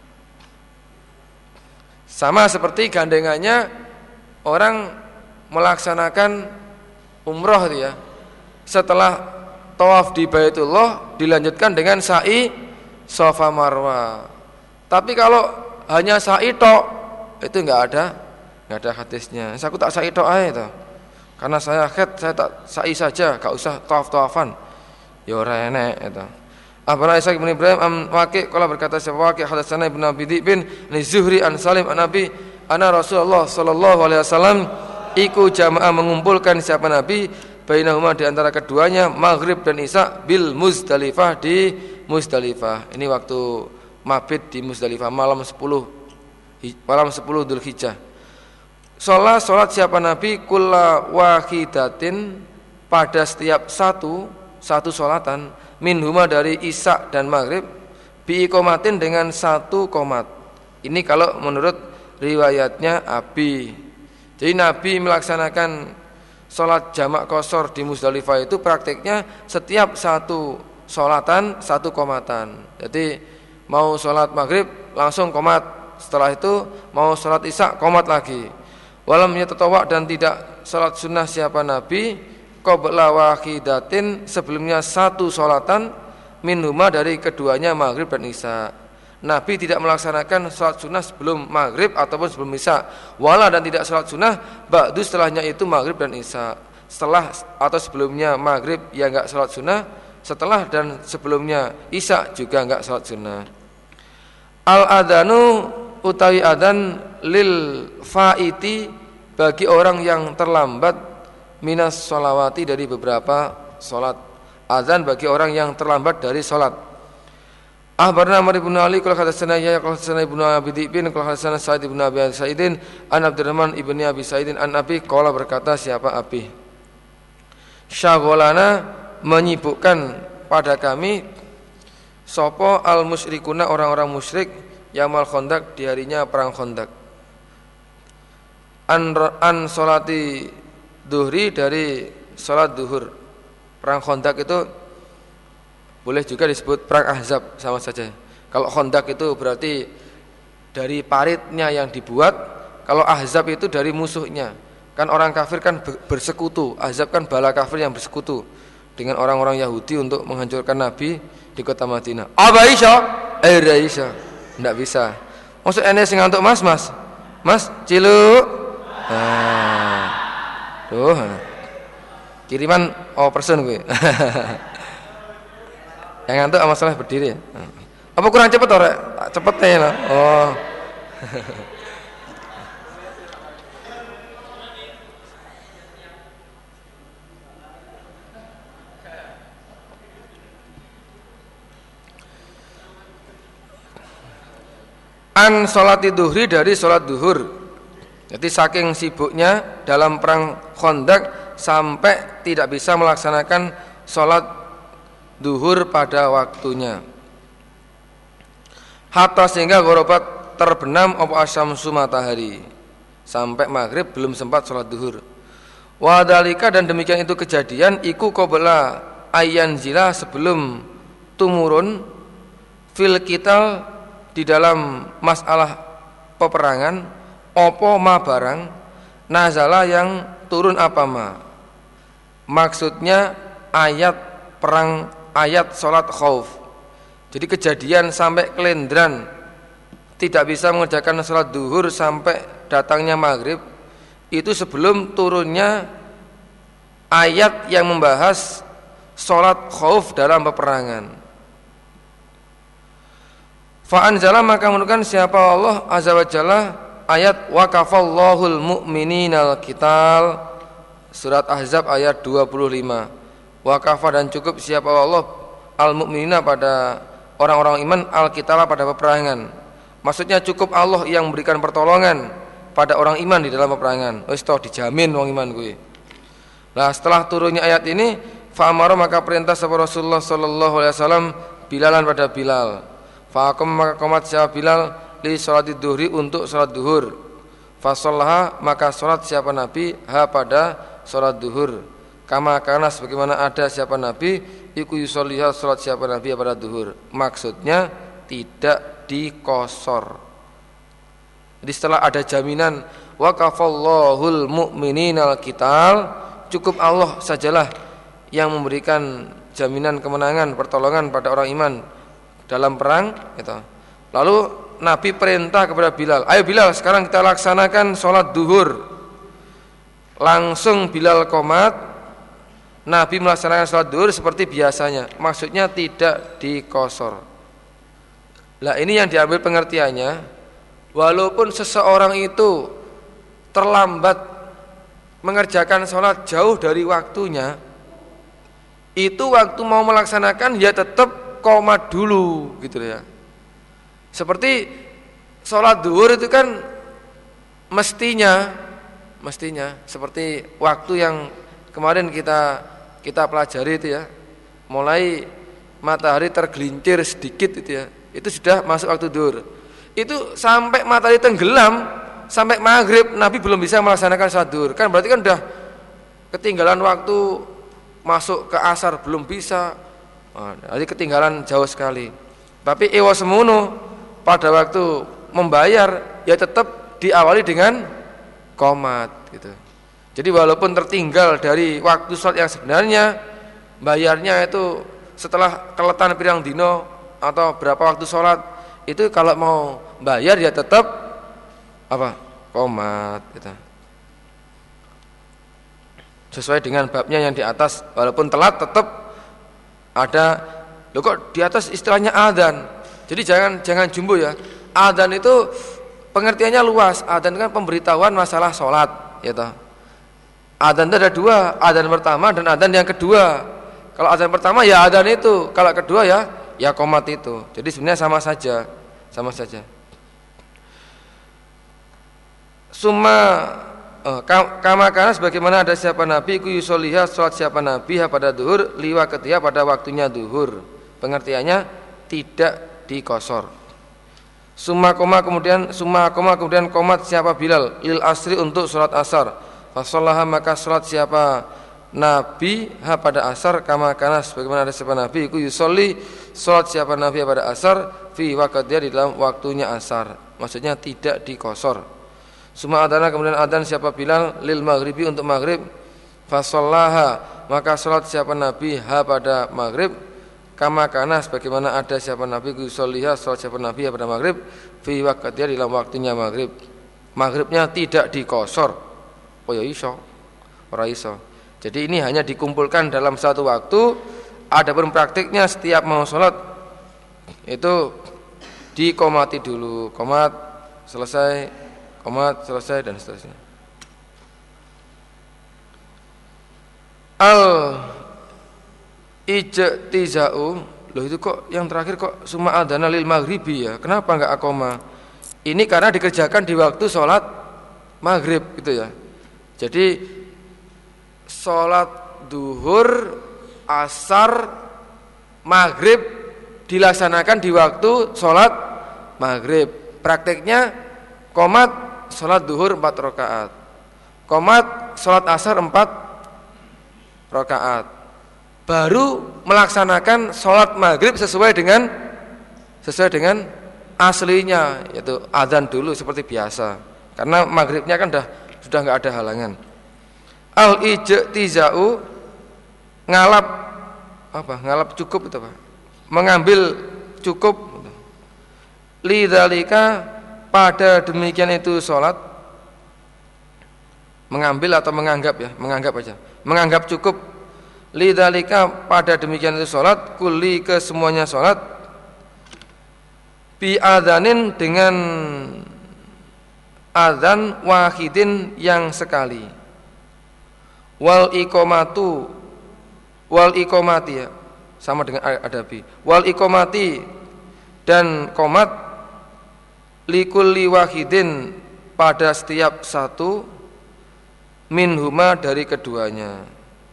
[SPEAKER 1] Sama seperti gandengannya orang melaksanakan umroh itu ya. Setelah tawaf di Baitullah dilanjutkan dengan sa'i Safa Marwa. Tapi kalau hanya sa'i tok itu enggak ada hadisnya. Aku tak sa'i tok ae to. Karena saya tak sa'i saja, enggak usah tawaf-tawafan. Ya ora enek itu. Abarna Ishaq bin Ibrahim Waqi' qala berkata siapa Waqi' hadatsana Ibnu Abi bin Zuhri an Salim an Nabi ana Rasulullah sallallahu alaihi wasallam iku jamaah mengumpulkan siapa Nabi bainahuma di antara keduanya maghrib dan isya bil Muzdalifah di Muzdalifah. Ini waktu mabit di Muzdalifah malam 10 Dzulhijjah. Salat siapa Nabi kulla wahidatin pada setiap satu salatan minhuma dari isya dan maghrib bi qomatin dengan 1 qomat. Ini kalau menurut riwayatnya Abi. Jadi Nabi melaksanakan sholat jamak qasar di Muzdalifah itu praktiknya setiap 1 sholatan 1 qomatan. Jadi mau sholat maghrib langsung qomat, setelah itu mau sholat isya qomat lagi. Walam yatatawwa dan tidak sholat sunnah siapa Nabi qabla wahidatin sebelumnya 1 sholatan minhuma dari keduanya maghrib dan isya. Nabi tidak melaksanakan sholat sunnah sebelum maghrib ataupun sebelum isya. Wala dan tidak sholat sunnah ba'du setelahnya itu maghrib dan isya. Setelah atau sebelumnya maghrib ya enggak sholat sunnah, setelah dan sebelumnya isya juga enggak sholat sunnah. Al-adhanu utawi adan lil faiti bagi orang yang terlambat minas sholawati dari beberapa sholat. Azan bagi orang yang terlambat dari sholat. Akhbarna Amr ibn Ali qala hadatsana Yahya qala hadatsana Ibnu Abi Dzibin qala hadatsana Sa'id ibn Abi Sa'idin an Abdurrahman ibn Abi Sa'idin an Abi qala berkata siapa Abi syagholana menyibukkan pada kami sopo al musyrikuna orang-orang musyrik yamal Khandaq di harinya perang Khandaq an salati duhri dari salat duhur. Perang Khandaq itu boleh juga disebut perang Ahzab sama saja. Kalau Khandaq itu berarti dari paritnya yang dibuat, kalau Ahzab itu dari musuhnya. Kan orang kafir kan bersekutu, Ahzab kan bala kafir yang bersekutu dengan orang-orang Yahudi untuk menghancurkan Nabi di kota Madinah. Aisyah, Aisyah, enggak bisa. Maksud ene sing ngantuk Mas, ciluk. Tuh. Kiriman person gue. Yang ngantuk masalah berdiri ya. Apa kurang cepet ora? Cepet ya lah. Oh. An sholati duhri dari sholat duhur. Jadi saking sibuknya dalam perang Khandaq sampai tidak bisa melaksanakan sholat duhur pada waktunya. Hatta sehingga ghorobat terbenam apa asyamsu matahari. Sampai maghrib belum sempat sholat duhur. Wadalika dan demikian itu kejadian iku qabla ayyan zila sebelum tumurun fil qital di dalam masalah peperangan opo ma barang nazala yang turun apa ma. Maksudnya ayat perang, ayat sholat khauf. Jadi kejadian sampai kelendran tidak bisa mengerjakan sholat duhur sampai datangnya maghrib itu sebelum turunnya ayat yang membahas sholat khauf dalam peperangan. Fa'anzala maka menurunkan siapa Allah azza wa jalla ayat wa kafallahul mu'mininal qital. Surat Ahzab ayat 25. Wa kafa dan cukup siapa Allah al-mu'minina pada orang-orang iman al-qitala pada peperangan. Maksudnya cukup Allah yang memberikan pertolongan pada orang iman di dalam peperangan. Wis toh dijamin wong iman kuwi. Nah, setelah turunnya ayat ini, fa amara maka perintah sahabat Rasulullah sallallahu alaihi wasallam Bilalan pada Bilal. Fa aqam maka qomat siapa Bilal li sholati duhri untuk salat duhur. Fa shallaha maka salat siapa Nabi ha pada salat duhur. Kama karena sebagaimana ada siapa Nabi iku yusolliha salat siapa Nabi pada duhur. Maksudnya tidak dikosor. Jadi setelah ada jaminan wa kafallahul mu'mininal qital, cukup Allah sajalah yang memberikan jaminan kemenangan, pertolongan pada orang iman dalam perang gitu. Lalu Nabi perintah kepada Bilal, ayo Bilal sekarang kita laksanakan sholat duhur. Langsung Bilal qomat, Nabi melaksanakan sholat duhur seperti biasanya. Maksudnya tidak dikosor. Lah ini yang diambil pengertiannya, walaupun seseorang itu terlambat mengerjakan sholat jauh dari waktunya, itu waktu mau melaksanakan ya tetap qomat dulu gitu ya. Seperti sholat duhur itu kan mestinya seperti waktu yang kemarin kita pelajari itu ya, mulai matahari tergelincir sedikit itu ya, itu sudah masuk waktu duhur. Itu sampai matahari tenggelam sampai maghrib Nabi belum bisa melaksanakan sholat duhur, kan berarti kan udah ketinggalan waktu masuk ke asar belum bisa. Jadi ketinggalan jauh sekali. Tapi ewa semono pada waktu membayar ya tetap diawali dengan qomat gitu. Jadi walaupun tertinggal dari waktu sholat yang sebenarnya, bayarnya itu setelah keletan pirang dino atau berapa waktu sholat itu kalau mau bayar ya tetap apa? Qomat gitu. Sesuai dengan babnya yang di atas, walaupun telat tetap ada. Loh kok di atas istilahnya adzan. Jadi jangan jumbo ya. Adzan itu pengertiannya luas. Adzan kan pemberitahuan masalah sholat gitu. Adzan itu ada dua, adzan pertama dan adzan yang kedua. Kalau adzan pertama ya adzan itu, kalau kedua ya qomat itu. Jadi sebenarnya sama saja. Kama kana sebagaimana ada siapa nabi ku yusoliha salat siapa nabi pada duhur liwa ketia pada waktunya duhur. Pengertiannya tidak dikosor. Summa koma kemudian qomat siapa Bilal lil asri untuk salat asar. Fasallaha maka salat siapa nabi pada asar kama kana sebagaimana ada siapa nabi ku yusolli salat siapa nabi pada asar fi waqtiha di dalam waktunya asar. Maksudnya tidak dikosor. Suma adana kemudian adzan siapa Bilal lil maghribi untuk maghrib. Fasallaha maka salat siapa nabi pada maghrib kama kana sebagaimana ada siapa nabi yusolliha salat siapa nabi pada maghrib fi waqtiha di dalam waktunya maghrib. Maghribnya tidak dikosor. Oh ya iso. Ora iso. Jadi ini hanya dikumpulkan dalam satu waktu. Adapun praktiknya setiap mau sholat itu dikomati dulu, komat selesai dan seterusnya. Ijtiza'u, loh itu kok yang terakhir kok summa adzana lil maghribi ya? Kenapa enggak akoma? Ini karena dikerjakan di waktu sholat maghrib gitu ya. Jadi sholat duhur, asar, maghrib dilaksanakan di waktu sholat maghrib. Prakteknya qomat sholat duhur 4 rakaat, qomat sholat asar 4 rakaat, baru melaksanakan sholat maghrib sesuai dengan aslinya, yaitu adzan dulu seperti biasa. Karena maghribnya kan sudah nggak ada halangan. Al-ijtiza'u ngalap cukup itu Pak. Mengambil cukup. Lidzalika pada demikian itu salat. Mengambil atau menganggap ya, menganggap aja. Menganggap cukup. Lidzalika pada demikian itu salat, kulli ke semuanya salat. Bi adzanin dengan adzan wahidin yang sekali. Wal iqomati ya, sama dengan adabi. Wal iqomati dan qomat likulli wahidin pada setiap satu minhuma dari keduanya.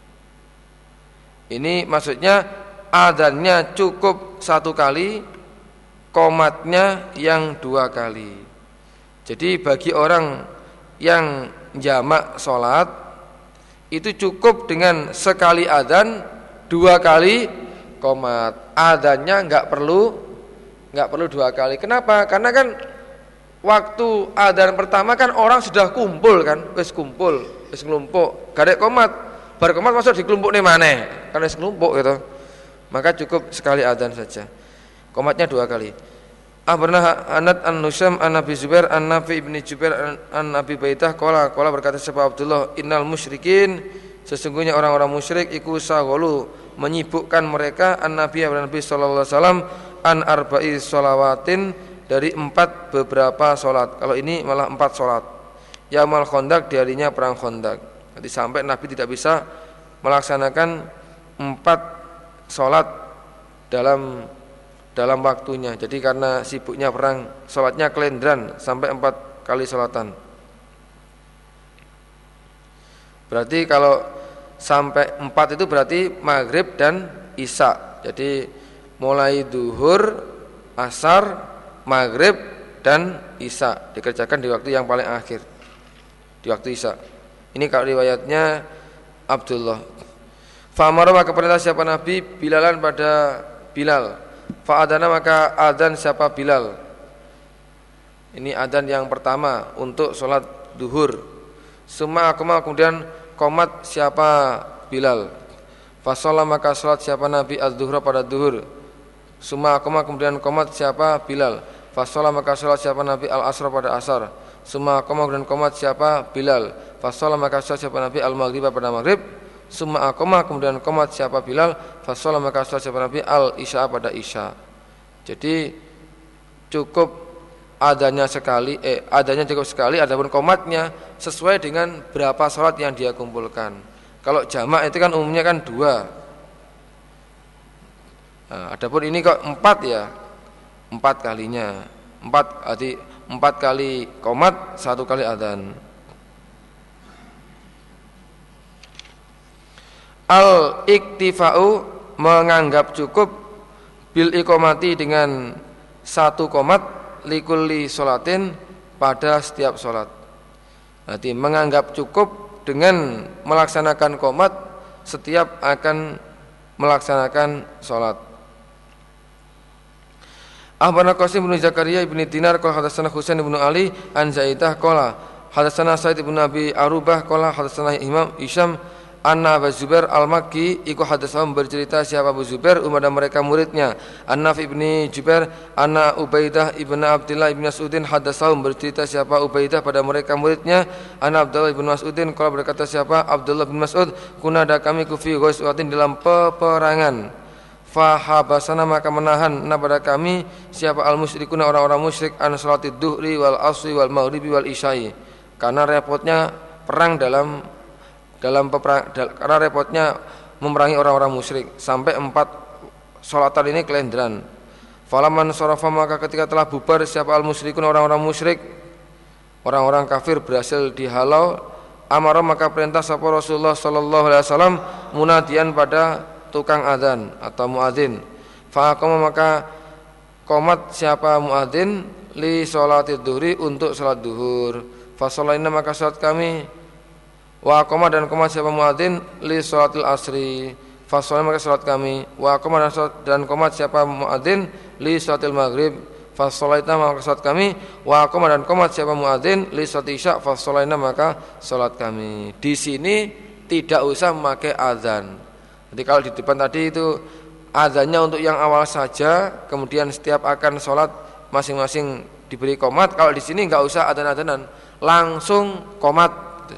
[SPEAKER 1] Ini maksudnya adzannya cukup 1 kali, qomatnya yang 2 kali. Jadi bagi orang yang jamak sholat itu cukup dengan sekali adzan, 2 kali qomat. Adzannya enggak perlu 2 kali. Kenapa? Karena kan waktu adzan pertama kan orang sudah kumpul kan, wis nglumpuk, garek qomat. Bar qomat masuk dikelumpukne maneh, kan wis nglumpuk gitu. Maka cukup sekali adzan saja. Qomatnya 2 kali. Abarna Anad an-Nusyam an-Nabi Zubair an-Nafi ibni Jubair an-Nabi Baitah qala berkata siapa Abdullah innal musyrikin sesungguhnya orang-orang musyrik iku sagolu menyibukkan mereka an-Nabi sallallahu alaihi wasallam an arba'i sholawatin dari 4 beberapa salat. Kalau ini malah 4 salat. Yaumul Khandaq di harinya perang Khandaq. Jadi sampai Nabi tidak bisa melaksanakan 4 salat dalam waktunya. Jadi karena sibuknya perang, sholatnya kelendran sampai 4 kali sholatan. Berarti kalau sampai 4 itu berarti maghrib dan isya. Jadi mulai duhur, asar, maghrib dan isya dikerjakan di waktu yang paling akhir, di waktu isya. Ini kalau riwayatnya Abdullah. Fa'amara maka perintah siapa Nabi Bilalan pada Bilal. Fa'adana maka adzan siapa Bilal. Ini adzan yang pertama untuk sholat duhur. Summa kemudian qomat siapa Bilal. Fasholla maka sholat siapa Nabi az-zuhra pada duhur. Summa kemudian qomat siapa Bilal. Fasolah maka sholat siapa Nabi al-asra pada asar. Summa aqama dan qomat siapa Bilal. Fasolah maka sholat siapa Nabi al-maghrib pada maghrib. Summa aqama kemudian qomat siapa Bilal. Fasolah maka sholat siapa Nabi al-isya pada isya. Jadi cukup adanya cukup sekali, adapun qomatnya sesuai dengan berapa sholat yang dia kumpulkan. Kalau jamak itu kan umumnya kan 2. Nah, adapun ini kok 4 ya. 4 kalinya 4 kali qomat, 1 kali adzan. Al-iktifa'u menganggap cukup bil iqamati dengan 1 qomat likulli sholatin pada setiap sholat. Berarti menganggap cukup dengan melaksanakan qomat setiap akan melaksanakan sholat. Akhbarana Qasim bin Zakaria bin Dinar qala hadatsana Husain bin Ali an Zaidah qala hadatsana Sa'id bin Abi Arubah qala hadatsana Imam Hisham anna Abu Zubair al-Makki iku hadatsahum bercerita siapa Abu Zubair umada mereka muridnya An-Nafi bin Jubair anna Ubaidah ibn Abdullah ibn Mas'udin hadatsahum bercerita siapa Ubaidah pada mereka muridnya anna Abdullah ibn Mas'udin qala berkata siapa Abdullah bin Mas'ud kunada kami kufi ghazwatin dalam peperangan fahabasana maka menahan pada kami siapa al-musyrikuna orang-orang musyrik an salatid duhri wal asri wal maghribi wal isya'i karena repotnya perang karena repotnya memerangi orang-orang musyrik sampai 4 salatan ini kelenderan. Falaman sarafa maka ketika telah bubar siapa al-musyrikun orang-orang musyrik orang-orang kafir berhasil dihalau amara maka perintah sapa Rasulullah sallallahu alaihi wasallam munadian pada tukang adzan atau muadzin. Faqama maka qomat siapa muadzin li sholatid duhri untuk salat duhur. Fasolaina maka salat kami wa qama dan qomat siapa muadzin li sholatil asri. Fasolaina maka salat kami wa qama dan qomat siapa muadzin li sholatil maghrib. Fasolaina maka salat kami wa qama dan qomat siapa muadzin li sholatil isya. Fasolaina maka salat kami. Di sini tidak usah memakai adzan. Jadi kalau di depan tadi itu adzannya untuk yang awal saja, kemudian setiap akan sholat masing-masing diberi qomat. Kalau di sini nggak usah adzan-adzanan, langsung qomat,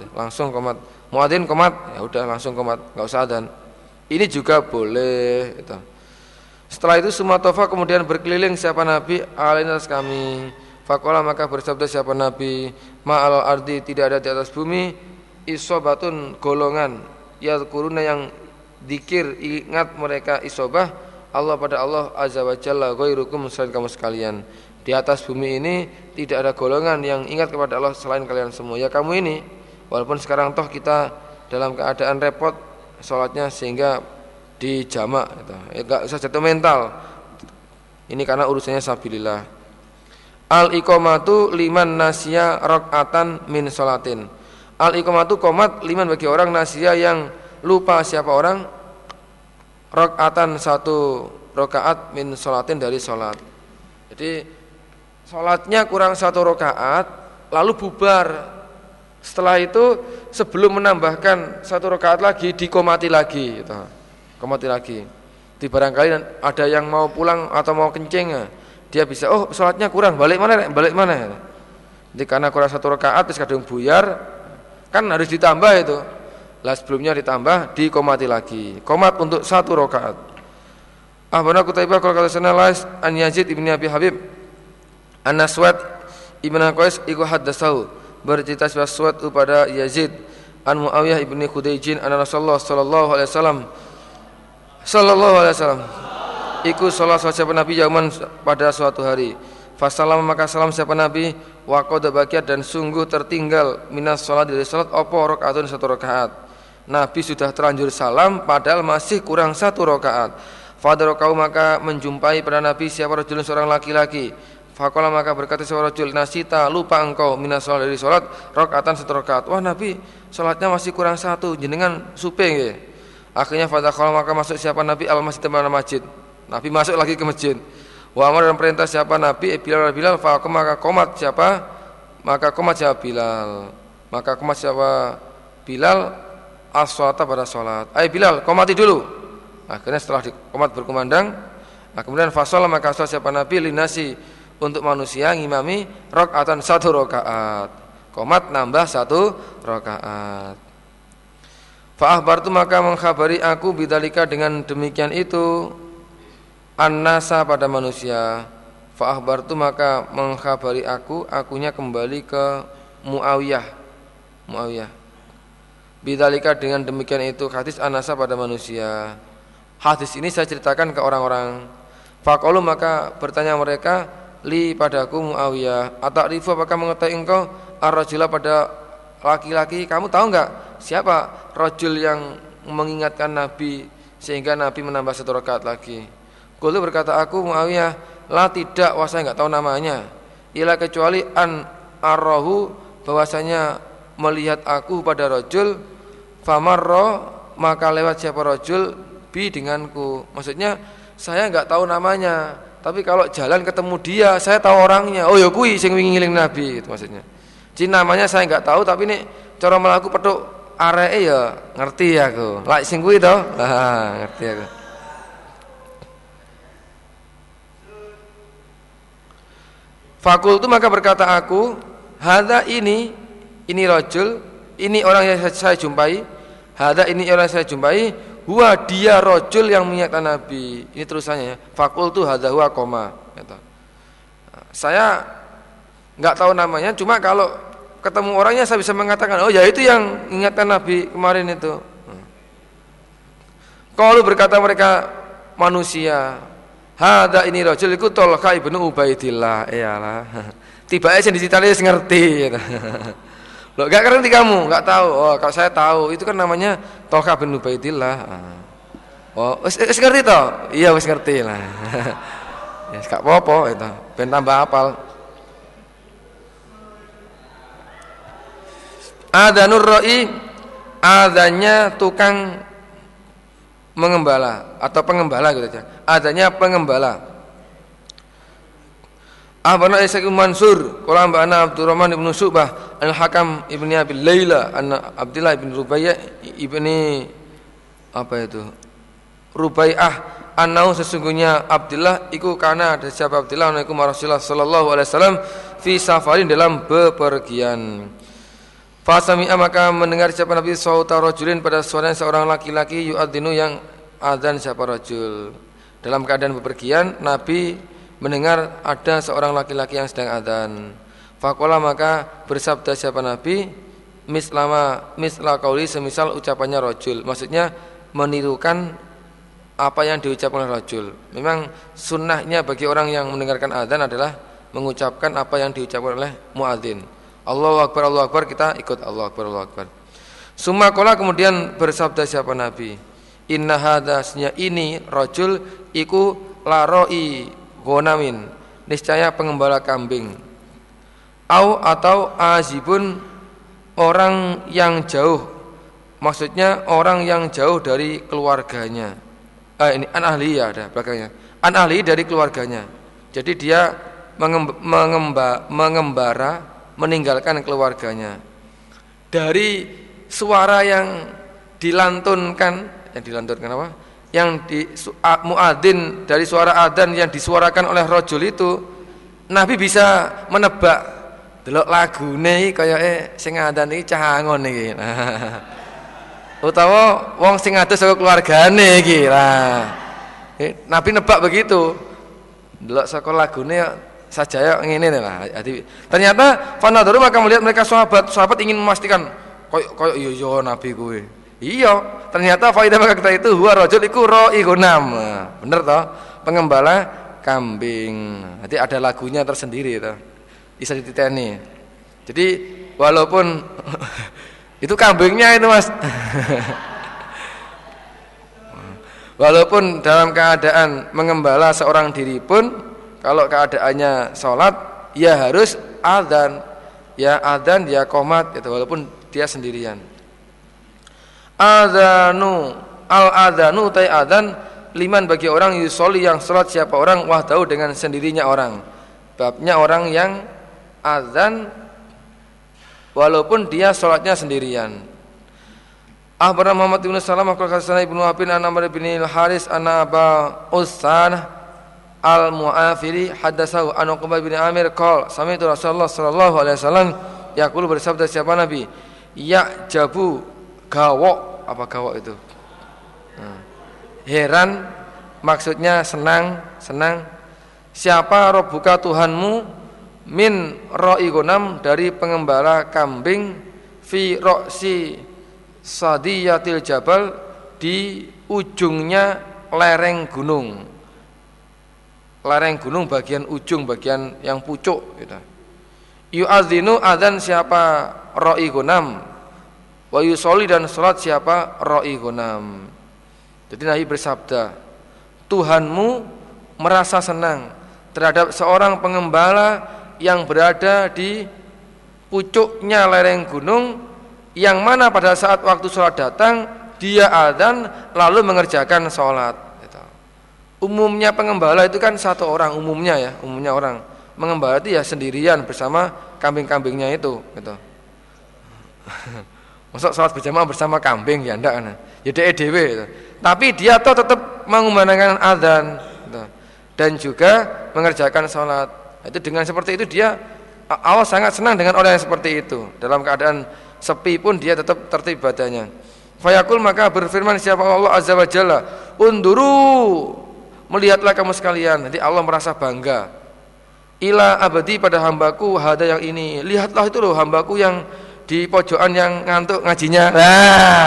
[SPEAKER 1] muadzin qomat, ya udah langsung qomat, nggak usah adzan. Ini juga boleh. Gitu. Setelah itu sumatofa kemudian berkeliling siapa Nabi alinas kami. Fakola maka bersabda siapa Nabi ma'al ardi tidak ada di atas bumi isobatun golongan yadkuruna yang dzikir ingat mereka isobah Allah pada Allah azza wa jalla ghairukum selain kamu sekalian. Di atas bumi ini tidak ada golongan yang ingat kepada Allah selain kalian semua. Ya kamu ini walaupun sekarang toh kita dalam keadaan repot sholatnya sehingga dijamak gitu. Ya enggak usah jatuh mental. Ini karena urusannya sabilillah. Al-iqamatu liman nasiya rakaatan min sholatin. Al-iqamatu qomat liman bagi orang nasiya yang lupa siapa orang rakaatan 1 rakaat min sholatin dari sholat. Jadi sholatnya kurang 1 rakaat lalu bubar. Setelah itu sebelum menambahkan 1 rakaat lagi dikomati lagi gitu. Komati lagi. Di barangkali ada yang mau pulang atau mau kencing dia bisa sholatnya kurang balik mana. Jadi karena kurang 1 rakaat terus kadang buyar kan harus ditambah itu. Lah sebelumnya ditambah dikomati lagi. Komat untuk 1 rakaat. Ahbana Qutaibah qala qala Lais an Yazid ibn Abi Habib An-Naswad ibn Qais iku haddatsahu bercerita Aswad kepada Yazid an Muawiyah ibn Khudaijin anna Rasulullah sallallahu alaihi wasallam iku salat siapa Nabi zaman pada suatu hari. Fasalam maka salam siapa Nabi wa qad baqiyat dan sungguh tertinggal minas salat dari salat apa rakaatun 1 rakaat. Nabi sudah terlanjur salam padahal masih kurang 1 rakaat. Fadarokau maka menjumpai pada Nabi siapa rajulun seorang laki-laki. Faqala maka berkata seorang rajul nasita lupa engkau minas salat dari salat rakaatan 1 rakaat. Wah Nabi salatnya masih kurang 1 jenengan supe nggih. Akhirnya fadakhala maka masuk siapa Nabi al-masjid mana masjid. Nabi masuk lagi ke masjid. Wa amar dan perintah siapa Nabi Bilal faqama maka qomat siapa Bilal. Maka qomat siapa Bilal as-sholata pada sholat. Bilal, komati dulu. Akhirnya setelah qomat berkumandang, kemudian fasala maka sholat siapa Nabi linasi untuk manusia ngimami rakaatan 1 rakaat. Qomat nambah 1 rakaat. Fa akhbartu maka mengkhabari aku bidzalika dengan demikian itu annasa pada manusia. Fa akhbartu maka mengkhabari akunya kembali ke Muawiyah. Bidzalika dengan demikian itu hadis annasa pada manusia. Hadis ini saya ceritakan ke orang-orang. Faqalu maka bertanya mereka li padaku Muawiyah, ata'rifu apakah mengetahui engkau ar-rajula pada laki-laki? Kamu tahu enggak siapa rajul yang mengingatkan Nabi sehingga Nabi menambah 1 rakaat lagi? Qultu berkata aku Muawiyah, la tidak, wah saya enggak tahu namanya. Ila kecuali an arahu, bahwasanya melihat aku pada rajul, famarra maka lewat siapa rajul bi denganku. Maksudnya saya enggak tahu namanya, tapi kalau jalan ketemu dia saya tahu orangnya. Oh ya kuwi sing wingi ngiling Nabi itu maksudnya. Jadi namanya saya enggak tahu, tapi nek cara mlaku petuk areke ya ngerti aku. Lak sing kuwi to? Lah ngerti aku. Fakultu maka berkata aku, hadza ini rajul, ini orang yang saya jumpai. Hadza ini orang yang saya jumpai, huwa dia rajul yang mengingatkan Nabi. Ini terusannya. Fakultu hadza huwa koma. Saya enggak tahu namanya, cuma kalau ketemu orangnya saya bisa mengatakan, oh ya itu yang ingatkan Nabi kemarin itu. Kalau berkata mereka manusia, hadza ini rajul iku Talha ibnu Ubaidillah. Iyalah. Tiba aja dicitali ngerti. Loh enggak ngerti kamu, enggak tahu. Oh, kalau saya tahu, itu kan namanya Talha bin Ubaidillah. Oh, wis ngerti toh? Iya wis ngerti lah. Ya gak apa-apa itu, ben tambah hafal. Adzanur ra'i, adzannya tukang mengembala atau pengembala gitu aja. Adzannya pengembala. Ahbarna Ishaq bin Mansur, qala ambana Abdurrahman ibn Syu'bah, Al-Hakam ibni Abi Laila, Abdullah ibn Rubaiyah ibni apa itu? Rubai'ah, annau sesungguhnya Abdullah iku kana ada siapa Abdullah alaikum Rasulullah sallallahu alaihi wasallam fi safarin dalam bepergian. Fasami'a maka mendengar siapa Nabi sauta rajulin pada suara seorang laki-laki yu'adzinu yang adzan siapa rajul. Dalam keadaan bepergian Nabi mendengar ada seorang laki-laki yang sedang adzan. Faqala maka bersabda siapa Nabi misla qauli semisal ucapannya rajul. Maksudnya menirukan apa yang diucapkan oleh rajul. Memang sunnahnya bagi orang yang mendengarkan adzan adalah mengucapkan apa yang diucapkan oleh muadzin. Allahu Akbar, kita ikut Allahu Akbar. Summa qala kemudian bersabda siapa Nabi, inna hadasnya ini rajul iku laroi gonamin, niscaya pengembala kambing. Atau azibun, orang yang jauh, maksudnya orang yang jauh dari keluarganya. Ini an ahli ya ada belakangnya. An ahli dari keluarganya. Jadi dia mengembara meninggalkan keluarganya. Dari suara yang dilantunkan apa? Yang di muadzin, dari suara adzan yang disuarakan oleh rajul itu, Nabi bisa menebak delok lagune kaya sing adzan iki cah angon iki. Utawa wong sing adus saka keluargane iki. Nabi nebak begitu. Delok saka lagune sajaya ngene lah. Ternyata fanadharu maka melihat mereka sahabat ingin memastikan koyo iya Nabi kuwi. Iya, ternyata faedah maka kita itu huwa rajul iku ra'i ghanam. Bener toh? Pengembala kambing. Nanti ada lagunya tersendiri itu. Bisa dititeni. Jadi walaupun itu kambingnya itu Mas. Walaupun dalam keadaan mengembala seorang diri pun, kalau keadaannya sholat, ya harus adzan, ya adzan, ya qomat, itu walaupun dia sendirian. Adzanu, al-adzanu tai adzan liman bagi orang yusoli yang sholat siapa orang wahdahu dengan sendirinya orang. Babnya orang yang adzan walaupun dia sholatnya sendirian. Ahbarana Muhammad bin Salam qala qala ibnu Habin an Amr bin al-Haris an Aba Usanah Al-Mu'afiri haddatsahu an Uqbah bin Amir qala sami'tu Rasulullah sallallahu alaihi wasallam yaqulu bersabda siapa Nabi ya jabu gawok apa gawok itu heran maksudnya senang siapa rabbuka Tuhanmu min ra'i ghanam dari pengembala kambing fi ra'si sadiyatil jabal di ujungnya lereng gunung bagian ujung bagian yang pucuk gitu. Yu'adzinu adzan siapa ra'i ghanam wa yusolli dan salat siapa ra'i ghanam. Jadi Nabi bersabda Tuhanmu merasa senang terhadap seorang pengembala yang berada di pucuknya lereng gunung yang mana pada saat waktu sholat datang dia adzan lalu mengerjakan sholat. Umumnya pengembala itu kan satu orang umumnya orang mengembala itu ya sendirian bersama kambing-kambingnya itu gitu. Masuk sholat berjamaah bersama kambing ya ndak kan. Ya dewe gitu. Tapi dia tuh tetap mengumandangkan adzan gitu. Dan juga mengerjakan sholat. Itu dengan seperti itu dia Allah sangat senang dengan orang yang seperti itu. Dalam keadaan sepi pun dia tetap tertib ibadahnya. Fayaqul maka berfirman siapa Allah azza wa jalla unduru melihatlah kamu sekalian. Nanti Allah merasa bangga ila abadi pada hambaku hada yang ini. Lihatlah itu loh hambaku yang di pojokan yang ngantuk ngajinya. Nah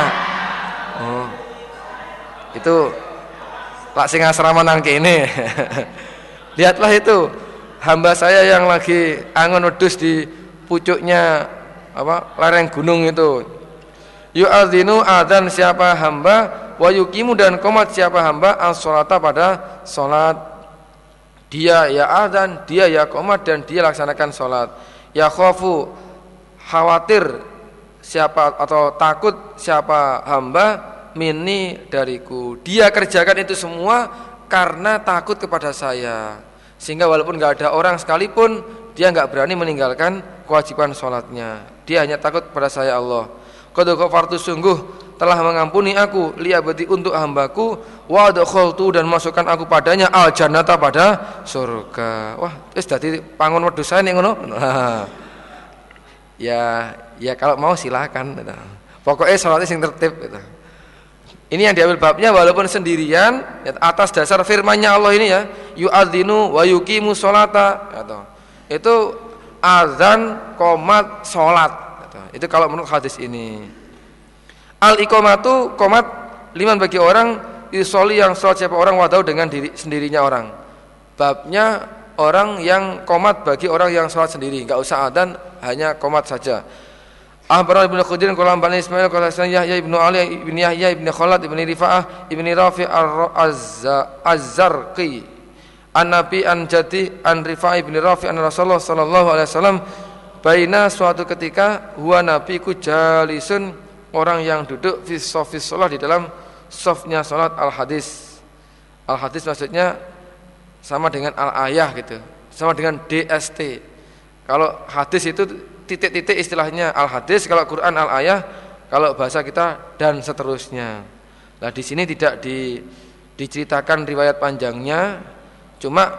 [SPEAKER 1] itu lak sing asrama nang kene. Lihatlah itu hamba saya yang lagi angon wedhus di pucuknya lereng gunung itu. Yu'adzinu adzan siapa hamba wa yuqimu dan qomat siapa hamba as-sholata pada salat. Dia ya adzan, dia ya qomat dan dia laksanakan salat. Ya khafu khawatir siapa atau takut siapa hamba minni dariku. Dia kerjakan itu semua karena takut kepada saya. Sehingga walaupun enggak ada orang sekalipun dia enggak berani meninggalkan kewajiban salatnya. Dia hanya takut kepada saya Allah. Qad ghafartu sungguh telah mengampuni aku liabadi untuk hambaku wa adkhaltu dan masukkan aku padanya al jannata pada surga. Wah, wis dadi pangon wedhusane ngono. Ya kalau mau silakan gitu. Pokoknya salatnya sing tertib gitu. Ini yang diambil babnya walaupun sendirian ya, atas dasar firman-Nya Allah ini ya, yu'adzinu wa yuqimu sholata gitu. Itu azan, qomat, salat gitu. Itu kalau menurut hadis ini. Al-iqamatu qomat liman bagi orang yusolli yang sholat siapa orang wadau dengan diri sendirinya orang. Babnya orang yang qomat bagi orang yang sholat sendiri, enggak usah adzan, hanya qomat saja. Ahbarana ibnu Khudrin qala Bani Ismail qala Yahya ibnu Ali ibnu Yahya ibnu Khalad ibnu Rifa'ah ibnu Rafi' az-Zarqi an-Nabi an Jati an Rifa'ah ibnu Rafi' an Rasulullah sallallahu alaihi wasallam baina suatu ketika huwa nabiku jalisun orang yang duduk fi shafis shalah di dalam shafnya salat al-hadis. Al-hadis maksudnya sama dengan al-ayah gitu. Sama dengan DST. Kalau hadis itu titik-titik istilahnya al-hadis, kalau Quran al-ayah, kalau bahasa kita dan seterusnya. Nah, di sini tidak diceritakan riwayat panjangnya, cuma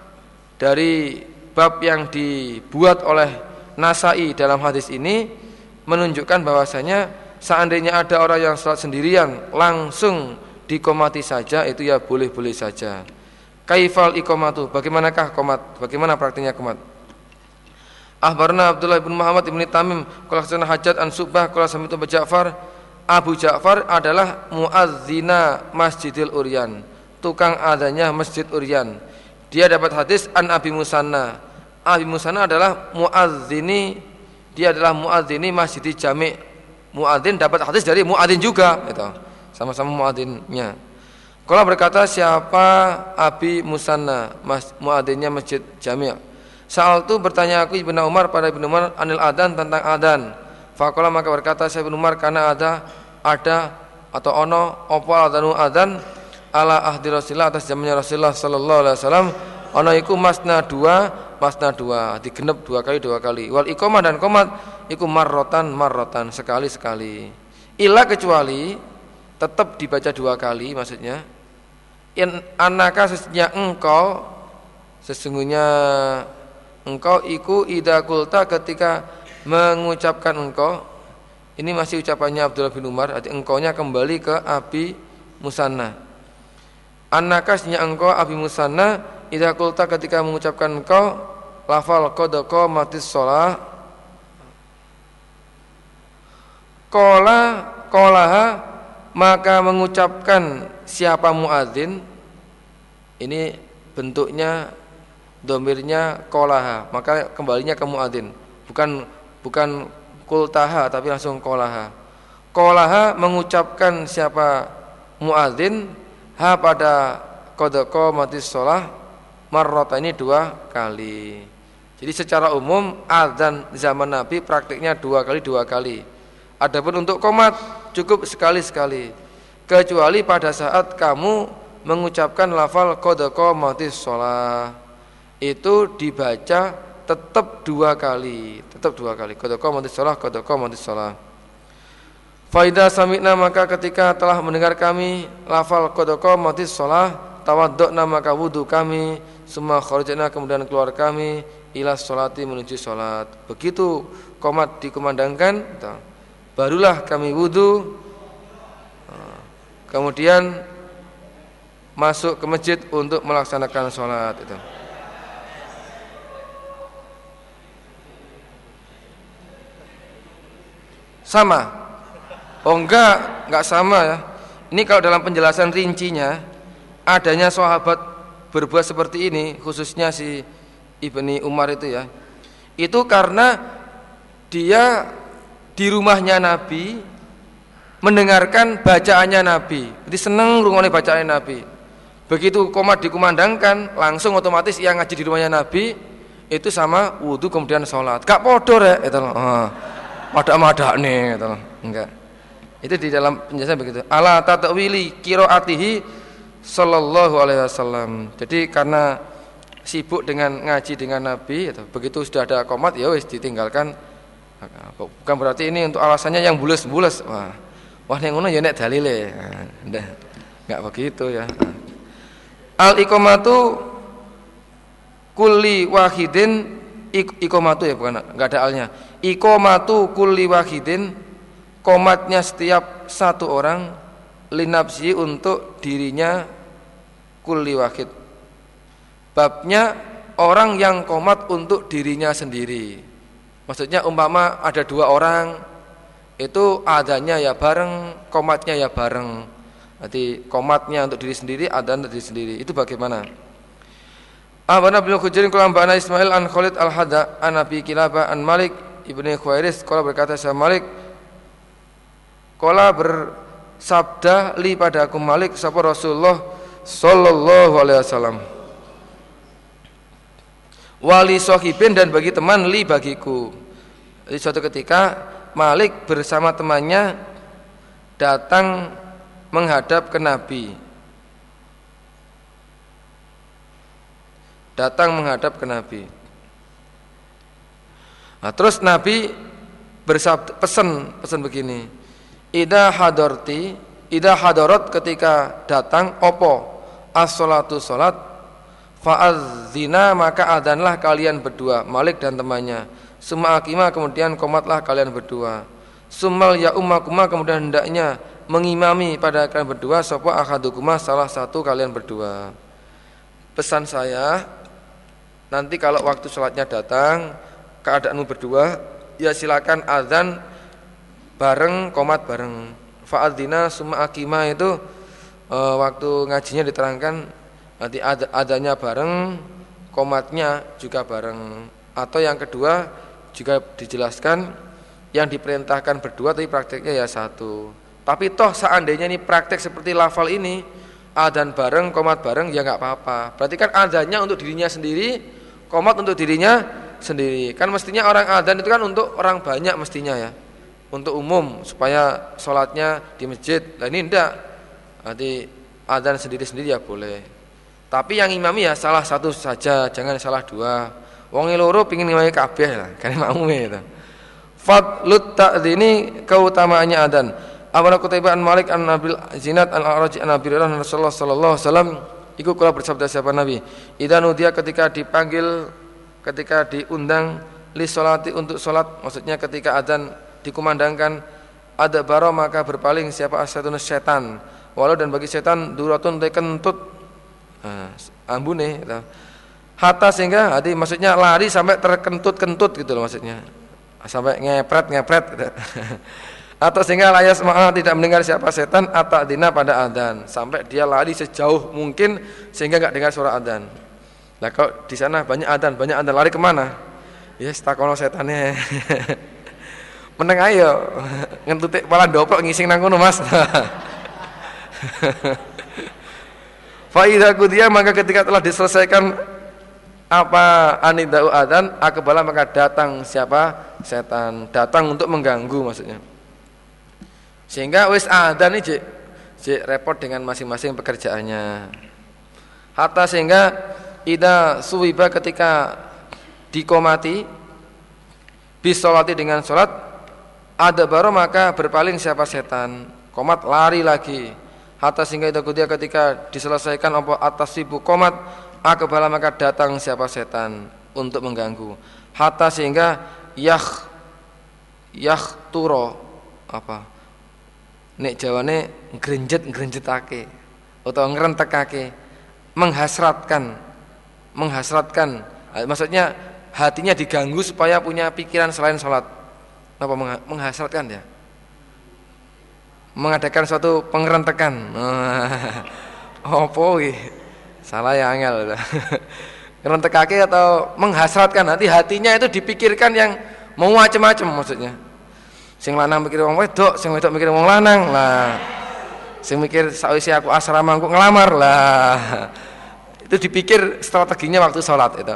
[SPEAKER 1] dari bab yang dibuat oleh Nasai dalam hadis ini menunjukkan bahwasanya seandainya ada orang yang salat sendirian langsung diqomati saja itu ya boleh-boleh saja. Kaifal iqamatu, bagaimanakah qomat? Bagaimana praktiknya qomat? Ahbarna Abdullah bin Muhammad bin Tamim qala sana Hajjat an Subah qala sami'tu Ja'far. Abu Ja'far adalah muadzina Masjidil Uryan, tukang adzannya Masjid Uryan. Dia dapat hadis an Abi Musanna. Abi Musanna adalah muadzini, dia adalah muadzini Masjid Jami'. Muadzin dapat hadis dari muadzin juga gitu. Sama-sama muadzinnya. Qala berkata siapa Abi Musanna, muadzinnya Masjid Jami'. Saal itu bertanya aku Ibnu Umar pada Ibnu Umar anil adan tentang adan. Faqala maka berkata saya Ibnu Umar karena ada atau ono opo adanu adan ala ahdi Rasulullah atas zamannya Rasulullah sallallahu alaihi wasallam ono iku masna dua digenep dua kali wal iqamah dan qomat iku marrotan sekali illa kecuali tetap dibaca dua kali maksudnya in anaka sesungguhnya engkau Sesungguhnya engkau iku idza qulta ketika mengucapkan engkau. Ini masih ucapannya Abdullah bin Umar, arti engkaunya kembali ke Abi Musanna. Annakasnya engkau Abi Musanna idza qulta ketika mengucapkan engkau lafal qad qamatis shalah qolaha maka mengucapkan siapa muadzin. Ini bentuknya domirnya qolaha, maka kembalinya ke muadzin, bukan kultaha tapi langsung qolaha. Qolaha mengucapkan siapa muadzin ha pada qad qamatis shalah marrata ini 2 kali. Jadi secara umum azan zaman Nabi praktiknya 2 kali. Adapun untuk qomat cukup sekali-sekali. Kecuali pada saat kamu mengucapkan lafal qad qamatis shalah. Itu dibaca tetap 2 kali. Qad qamatis shalah. Fa idza sami'na maka ketika telah mendengar kami lafal qad qamatis shalah tawadduna maka wudu kami, summa kharajna kemudian keluar kami ila sholati menuju salat. Begitu qomat dikumandangkan, barulah kami wudu, kemudian masuk ke masjid untuk melaksanakan sholat itu. Sama? Oh enggak sama ya. Ini kalau dalam penjelasan rincinya, adanya sahabat berbuat seperti ini, khususnya si Ibni Umar itu ya, itu karena dia di rumahnya Nabi mendengarkan bacaannya Nabi, jadi seneng rungokne bacaannya Nabi. Begitu qomat dikumandangkan, langsung otomatis yang ngaji di rumahnya Nabi itu sama wudu kemudian sholat. Gak podo rek itu loh. Madak nih gitu loh. Enggak. Itu di dalam penjelasan begitu. Ala tatwili qiraatihi sallallahu alaihi wasallam. Jadi karena sibuk dengan ngaji dengan Nabi itu, begitu sudah ada qomat ya wis ditinggalkan. Bukan berarti ini untuk alasannya yang bules-bules. Wah yang ngono ya nek dalile. Enggak begitu ya. Al iqamatu kulli wahidin iqamatu ya bukan, enggak ada alnya. Iqamatu kulli wahidin, qomatnya setiap satu orang, linafsi untuk dirinya, kulli wahid. Babnya orang yang qomat untuk dirinya sendiri. Maksudnya umpama ada 2 orang, itu adanya ya bareng, qomatnya ya bareng. Berarti qomatnya untuk diri sendiri, adzan untuk diri sendiri. Itu bagaimana? Abana bin Khujarin qala ba'ana Ismail an Khalid al-Hadza an Abi Kilabah an Malik ibni Khuairis qala berkata saya Malik qala bersabda li pada aku Malik sapa Rasulullah sallallahu alaihi wasallam wali sahibin dan bagi teman li bagiku. Jadi suatu ketika Malik bersama temannya datang menghadap ke Nabi. Datang menghadap ke Nabi. Nah, terus Nabi bersabda pesan begini. Idza hadarat ketika datang opo as-sholatu salat fa'adzina maka adzanlah kalian berdua Malik dan temannya. Summa aqima kemudian qomatlah kalian berdua. Summal ya ummakuma kemudian hendaknya mengimami pada kalian berdua sapa ahadukuma salah satu kalian berdua. Pesan saya nanti kalau waktu sholatnya datang keadaanmu berdua ya silakan azan bareng qomat bareng. Fa'adzina summa aqima itu waktu ngajinya diterangkan nanti adanya bareng, qomatnya juga bareng. Atau yang kedua juga dijelaskan yang diperintahkan berdua tapi prakteknya ya satu. Tapi toh seandainya ini praktek seperti lafal ini, adzan bareng, qomat bareng ya enggak apa-apa. Berarti kan adzannya untuk dirinya sendiri, qomat untuk dirinya sendiri. Kan mestinya orang adzan itu kan untuk orang banyak mestinya ya. Untuk umum supaya sholatnya di masjid. Nah ini enggak. Nanti adzan sendiri-sendiri ya boleh. Tapi yang imami ya salah satu saja, jangan salah 2. Wong loro pengin ngimami kabeh lah, kan makmume itu. Fadlut ta'dzini keutamaannya adzan. Abana Qutaibah an Malik an Nabil Zinad an A'raj an Abi Hurairah Rasulullah sallallahu alaihi wasallam Iku kala bersabda siapa Nabi, idza nudiya ketika dipanggil, ketika diundang li sholati untuk sholat, maksudnya ketika adzan dikumandangkan, ada baro maka berpaling siapa asyatun setan, walau dan bagi setan duratun kentut ambune gitu. Hatta sehingga hati maksudnya lari sampai terkentut-kentut gitu loh maksudnya, sampai ngepret gitu. Atau sehingga layas ma'a tidak mendengar siapa setan atadina pada adzan, sampai dia lari sejauh mungkin sehingga enggak dengar suara adzan. Nah kalau di sana banyak adzan lari kemana? Yes, takono setannya. Meneng ayo ngentutik kepala doplok ngising nang kono Mas. Fa idza qudiya maka ketika telah diselesaikan apa anidau adzan, akbala maka datang siapa? Setan, datang untuk mengganggu maksudnya. Sehingga wis adzan iki cek repot dengan masing-masing pekerjaannya. Hatta sehingga idza suwiba ketika dikomati bisolati dengan salat, ada baru maka berpaling siapa setan, komat lari lagi. Hatta sehingga idza qudiya ketika diselesaikan apa atas sibu komat, akbala maka datang siapa setan untuk mengganggu. Hatta sehingga turo apa? Nek jawane ngrenjet-ngrenjetake atau ngrentekake, menghasratkan. Maksudnya hatinya diganggu supaya punya pikiran selain salat. Apa menghasratkan ya? Mengadakan suatu pengrentekan. Opo iki? Salah ya angel. Ngrentekake atau menghasratkan, hatinya itu dipikirkan yang mau macam-macam maksudnya. Sing lanang mikir wong wedok, sing wedok mikir wong lanang lah. Sing mikir sakwise aku asrama aku ngelamar lah. Itu dipikir strateginya waktu sholat itu.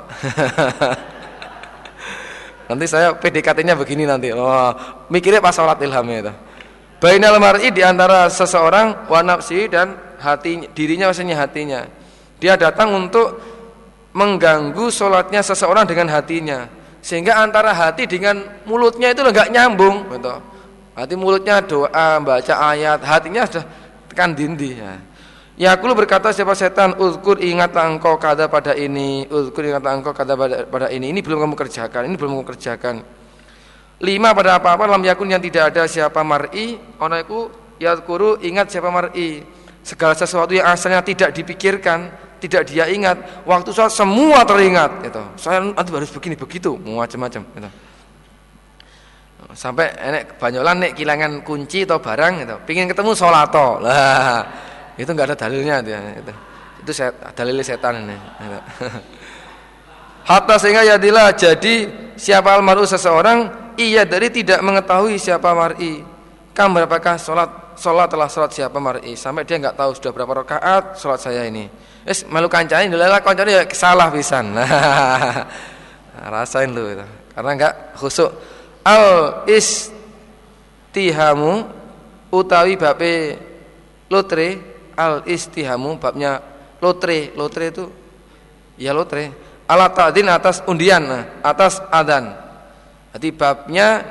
[SPEAKER 1] Nanti saya PDKT-nya begini nanti. Oh, mikirnya pas sholat ilhamnya itu. Bainal mar'i di antara seseorang wa nafsi dan hati dirinya maksudnya hatinya. Dia datang untuk mengganggu sholatnya seseorang dengan hatinya. Sehingga antara hati dengan mulutnya itu enggak nyambung gitu. Hati mulutnya doa, baca ayat, hatinya sudah tekan dindi ya. Yaqulu berkata siapa setan, uzkur ingatlah engkau kada pada ini, uzkur ingatlah engkau kada pada ini belum kamu kerjakan, ini belum kamu kerjakan. 5 pada apa-apa lam yakun yang tidak ada siapa mar'i, ana iku yaquru ingat siapa mar'i. Segala sesuatu yang asalnya tidak dipikirkan, tidak dia ingat, waktu sholat semua teringat gitu. Saya harus begini begitu, macam-macam gitu. Sampai enek banyolan nek kilangan kunci atau barang gitu, pengin ketemu sholat toh. Lah, itu enggak ada dalilnya itu. Itu dalil setan ini gitu. Hatta sehingga yadilah jadi siapa almaru seseorang iya dari tidak mengetahui siapa mar'i. Kam berapakah sholat telah sholat siapa mar'i, sampai dia enggak tahu sudah berapa rakaat sholat saya ini. Wis melu kancane ndelala kancane ya salah pisan. Nah, rasain lu itu. Karena enggak khusuk. Al istihamu utawi babe lotre, al istihamu babnya lotre itu ya lotre. Ala ta'din atas undian, atas adzan. Jadi babnya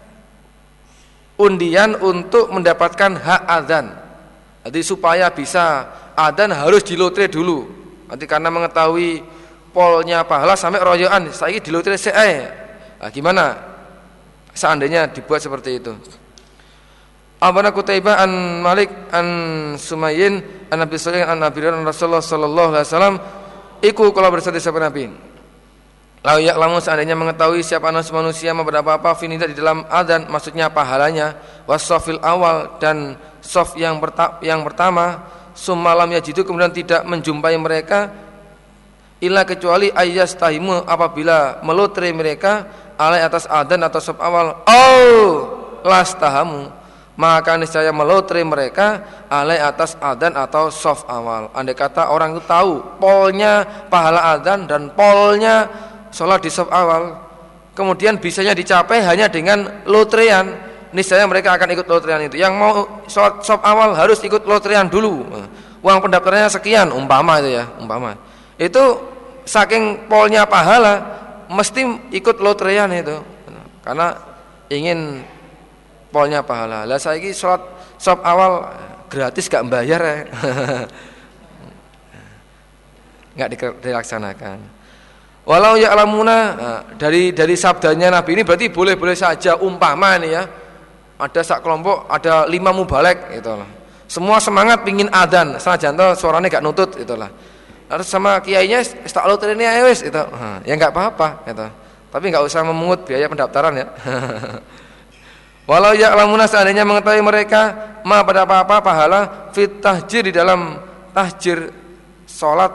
[SPEAKER 1] undian untuk mendapatkan hak adzan. Jadi supaya bisa adzan harus dilotre dulu. Nanti karena mengetahui polnya pahala sampai royoan, saya dilotre se'e. Nah, gimana seandainya dibuat seperti itu? Abana Qutaibah an Malik an Sumayyin an Nabi sallallahu an Rasulullah sallallahu alaihi wasallam iku kala bersabda siapa Nabi. Lau ya'lamu seandainya mengetahui siapa manusia apa finida di dalam adzan, maksudnya pahalanya, wasofil awal dan sof yang pertama, summalam yajidu kemudian tidak menjumpai mereka, illa kecuali ayyastahimu apabila melotre mereka alai atas adzan atau sof awal, lastahamu maka niscaya melotre mereka alai atas adzan atau sof awal. Andai kata orang itu tahu polnya pahala adzan dan polnya sholat di saf awal, kemudian bisanya dicapai hanya dengan lotrean, niscaya mereka akan ikut lotrean itu. Yang mau sholat saf awal harus ikut lotrean dulu. Uang pendaftarannya sekian, umpama itu ya, itu saking polnya pahala mesti ikut lotrean itu, karena ingin polnya pahala. Lah saiki sholat saf awal gratis gak bayar ya. enggak dilaksanakan. Walau ya'lamuna, nah, dari sabdanya Nabi ini berarti boleh-boleh saja umpama nih ya. Ada sak kelompok, ada 5 mubalek itulah. Semua semangat pingin adzan, senajan to suaranya enggak nutut itulah. Harus sama kiainya tak lutur ini ayo wis itu. Ya enggak apa-apa gitu. Tapi enggak usah memungut biaya pendaftaran ya. Walau ya'lamuna, seandainya mengetahui mereka ma pada apa-apa pahala fit tahjir, di dalam tahjir salat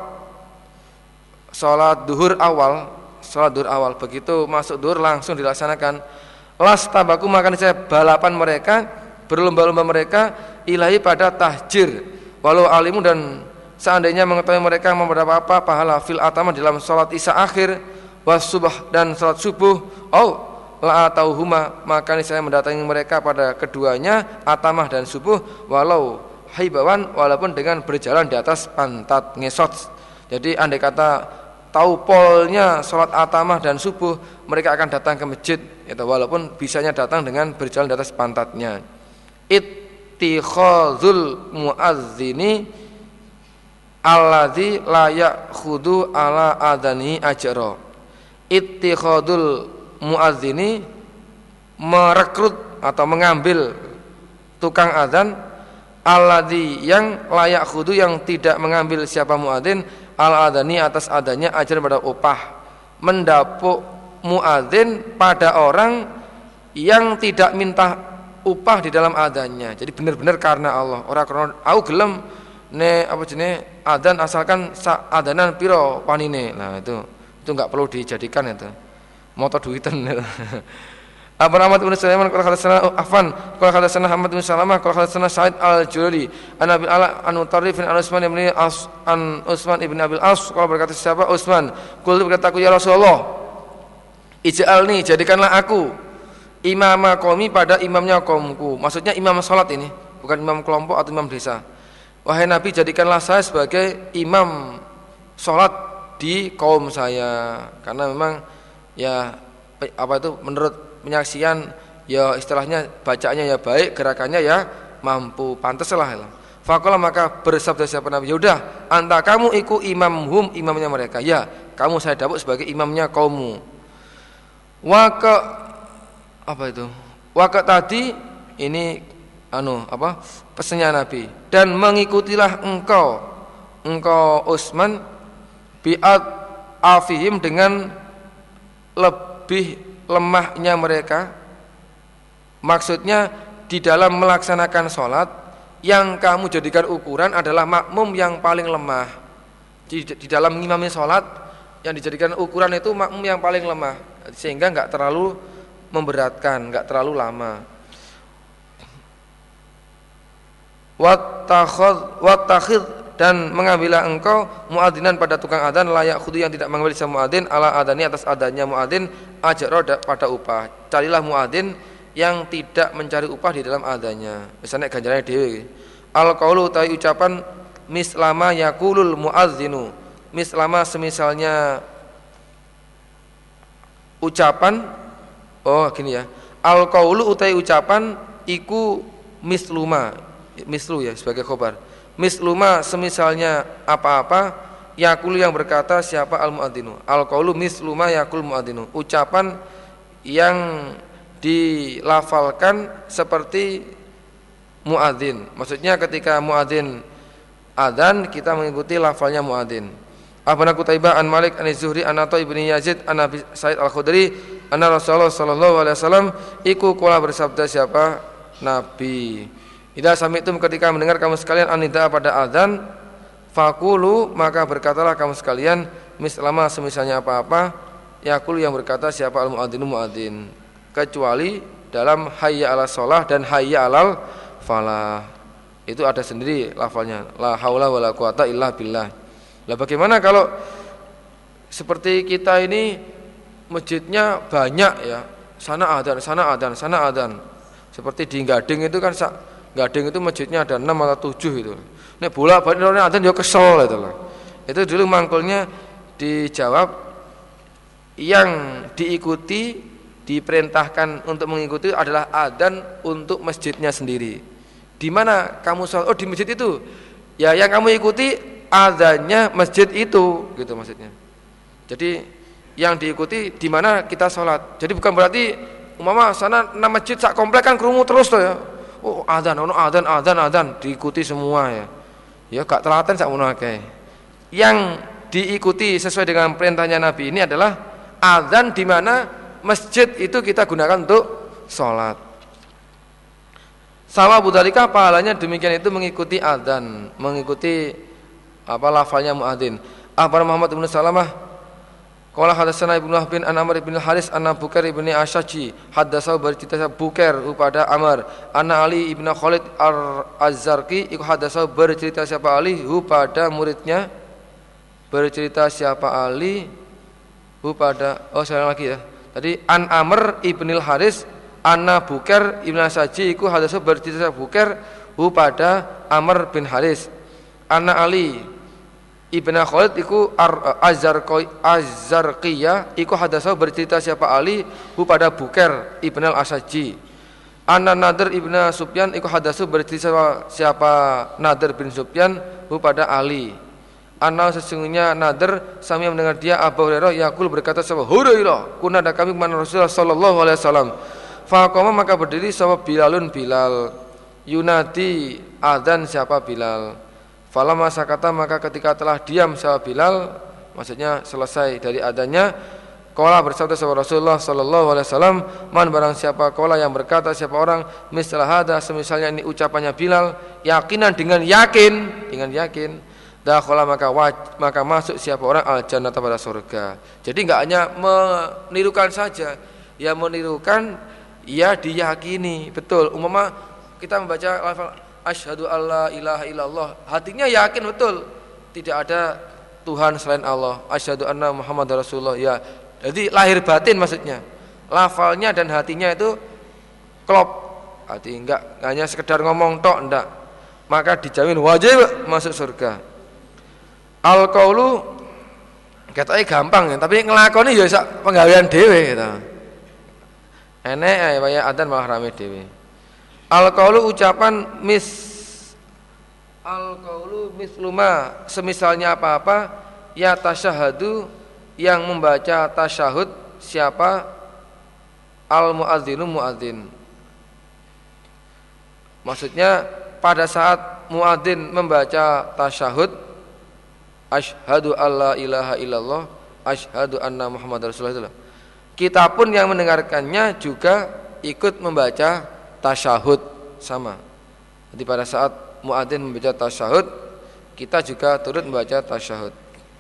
[SPEAKER 1] duhur awal, begitu masuk duhur langsung dilaksanakan. Las tabaku, maka saya balapan mereka, berlomba-lomba mereka ilahi pada tahjir. Walau alimu, dan seandainya mengetahui mereka ma pada apa-apa pahala fil atama, dalam salat isya akhir, was subah, dan salat subuh, la atauhuma, maka saya mendatangi mereka pada keduanya, atamah dan subuh, walau haibawan, walaupun dengan berjalan di atas pantat ngesot. Jadi andai kata tahu polnya sholat atamah dan subuh, mereka akan datang ke masjid gitu, walaupun bisanya datang dengan berjalan di atas pantatnya. Ittikhazul muazzini alladzi la ya'khudhu ala adani ajra. Ittikhadul muadzini, merekrut atau mengambil tukang adzan, alladzi, yang layak khudu, yang tidak mengambil siapa muadzin, al adani, atas adanya, ajar pada upah, mendapuk muadzin pada orang yang tidak minta upah di dalam adanya. Jadi benar-benar karena Allah, orang karena aku gelem ne apa jenenge adzan asalkan sak adanan piro panine. Nah itu enggak perlu dijadikan itu moto duitan. Abu Ahmad bin Sulaiman qala hadatsana Affan qala hadatsana Ahmad bin Salamah qala hadatsana Sa'id al-Jurali an Abi Ala an Mutarrif an Utsman ibn As an Utsman ibn Abil As qala berkata siapa Utsman, qul berkataku ya Rasulullah, ij'alni, jadikanlah aku imama qaumi, pada imamnya kaumku. Maksudnya imam salat ini, bukan imam kelompok atau imam desa. Wahai Nabi, jadikanlah saya sebagai imam salat di kaum saya, karena memang ya apa itu menurut penyaksian ya istilahnya bacaannya ya baik, gerakannya ya mampu, pantaslah. Faqala, maka bersabda siapa Nabi, yaudah anta kamu iku imamhum, imamnya mereka, ya kamu saya dapuk sebagai imamnya kaummu. Waka apa itu? Waka tadi ini pesannya Nabi, dan mengikutilah engkau Utsman bi'at afihim, dengan lebih lemahnya mereka. Maksudnya di dalam melaksanakan sholat, yang kamu jadikan ukuran adalah makmum yang paling lemah. Di dalam ngimami sholat, yang dijadikan ukuran itu makmum yang paling lemah, sehingga enggak terlalu memberatkan, enggak terlalu lama. Wattakhidh, dan mengambillah engkau muadzinan pada tukang adzan, layak khudu, yang tidak mengambil sama muadzin, ala adani, atas adanya muadzin, ajra, pada upah. Carilah muadzin yang tidak mencari upah di dalam adanya. Misalnya ganjarannya dewe. Al qaulu, ta'i ucapan, mislama yaqulul muadzinu, mislama semisalnya ucapan. Oh gini ya, al qaulu utai ucapan, iku misluma, mislu ya sebagai khobar. Misluma semisalnya apa-apa, yakul yang berkata siapa al-muadzinu. Al-qaulu misluma yakul muadzinu, ucapan yang dilafalkan seperti muadzin. Maksudnya ketika muadzin adzan, kita mengikuti lafalnya muadzin. Akhbarana Qutaibah an Malik an Zuhri an Atha ibn Yazid an Abi Sa'id al-Khudri anna Rasulullah sallallahu alaihi wasallam iku qala, bersabda siapa Nabi, idza sami'tum, ketika mendengar kamu sekalian anida pada azan, faqulu, maka berkatalah kamu sekalian, mislama semisalnya apa-apa, yaqul yang berkata siapa al-muadzinu muadzin, kecuali dalam hayya 'alas shalah dan hayya 'alal falah. Itu ada sendiri lafalnya, la haula wala quwata illa billah. Lah bagaimana kalau seperti kita ini masjidnya banyak ya, sana adzan. Seperti di Gading itu kan Gading itu masjidnya ada 6 atau 7 itu. Nek bolak-balik orang adzan yo kesel itu loh. Itu dulu mangkulnya dijawab, yang diikuti, diperintahkan untuk mengikuti adalah adzan untuk masjidnya sendiri. Di mana kamu sholat? Oh di masjid itu. Ya yang kamu ikuti adzannya masjid itu, gitu maksudnya. Jadi yang diikuti di mana kita sholat. Jadi bukan berarti umpama sana masjid sak komplek kan kerumu terus tuh ya. Oh adzan, adzan diikuti semua ya. Ya gak telaten sak ngono akeh. Yang diikuti sesuai dengan perintahnya Nabi ini adalah adzan di mana masjid itu kita gunakan untuk sholat. Sama budzalika pahalanya demikian itu mengikuti adzan, mengikuti lafalnya muadzin. Akhbar Muhammad bin Salamah qala hadatsana Ibnu Wahb bin Amr bin Haris anna Bukair bin Ashaji haddatsa bercerita Bukair kepada Amr anna Ali ibn Khalid Az-Zarqi iku haddatsa bercerita siapa Ali pada muridnya, bercerita siapa Ali pada sekali lagi ya. Tadi an Amr ibnil Haris anna Bukair ibn Ashaji iku haddatsa bercerita Bukair pada Amr bin Haris anna Ali Ibnu Khalid iku Az-Zarqiyah iku hadasa bercerita siapa Ali pada Bukair Ibn al-Ashaji. Anna Nadir Ibn Sufyan iku hadasa bercerita siapa Nadir bin Sufyan pada Ali. Anna sesungguhnya Nadir sami mendengar dia Abu Hurairah yaqul berkata siapa Hurairah kuna ada kami kepada Rasulullah sallallahu alaihi wasallam. Faqama maka berdiri siapa Bilal yunadi adzan siapa Bilal. Falamma sakata maka ketika telah diam sahabat Bilal, maksudnya selesai dari adanya, qala bersabda sahabat Rasulullah sallallahu alaihi wasallam, man barang siapa qala yang berkata siapa orang misal hada semisalnya ini ucapannya Bilal, yakinan dengan yakin, dakhala maka masuk siapa orang al jannah pada surga. Jadi enggak hanya menirukan saja, ya menirukan, ya diyakini, betul. Umpama kita membaca lafal asyhadu alla ilaha illallah, hatinya yakin betul tidak ada Tuhan selain Allah, asyhadu anna Muhammadar Rasulullah ya. Jadi lahir batin maksudnya, lafalnya dan hatinya itu klop, hati enggak hanya sekedar ngomong tok enggak, maka dijamin wajib masuk surga. Al qaulu katanya gampang ya, tapi ngelakoni ya sak penggawean dhewe gitu. Enek ae waya adzan malah rame dhewe. Al-qaulu ucapan al-qaulu misluma semisalnya apa-apa ya tasyahadu yang membaca tasyahud siapa al-muadzinu muadzin. Maksudnya pada saat muadzin membaca tasyahud asyhadu alla ilaha illallah asyhadu anna Muhammadar Rasulullah, kita pun yang mendengarkannya juga ikut membaca tasyahud sama. Jadi pada saat muadzin membaca tasyahud, kita juga turut membaca tasyahud.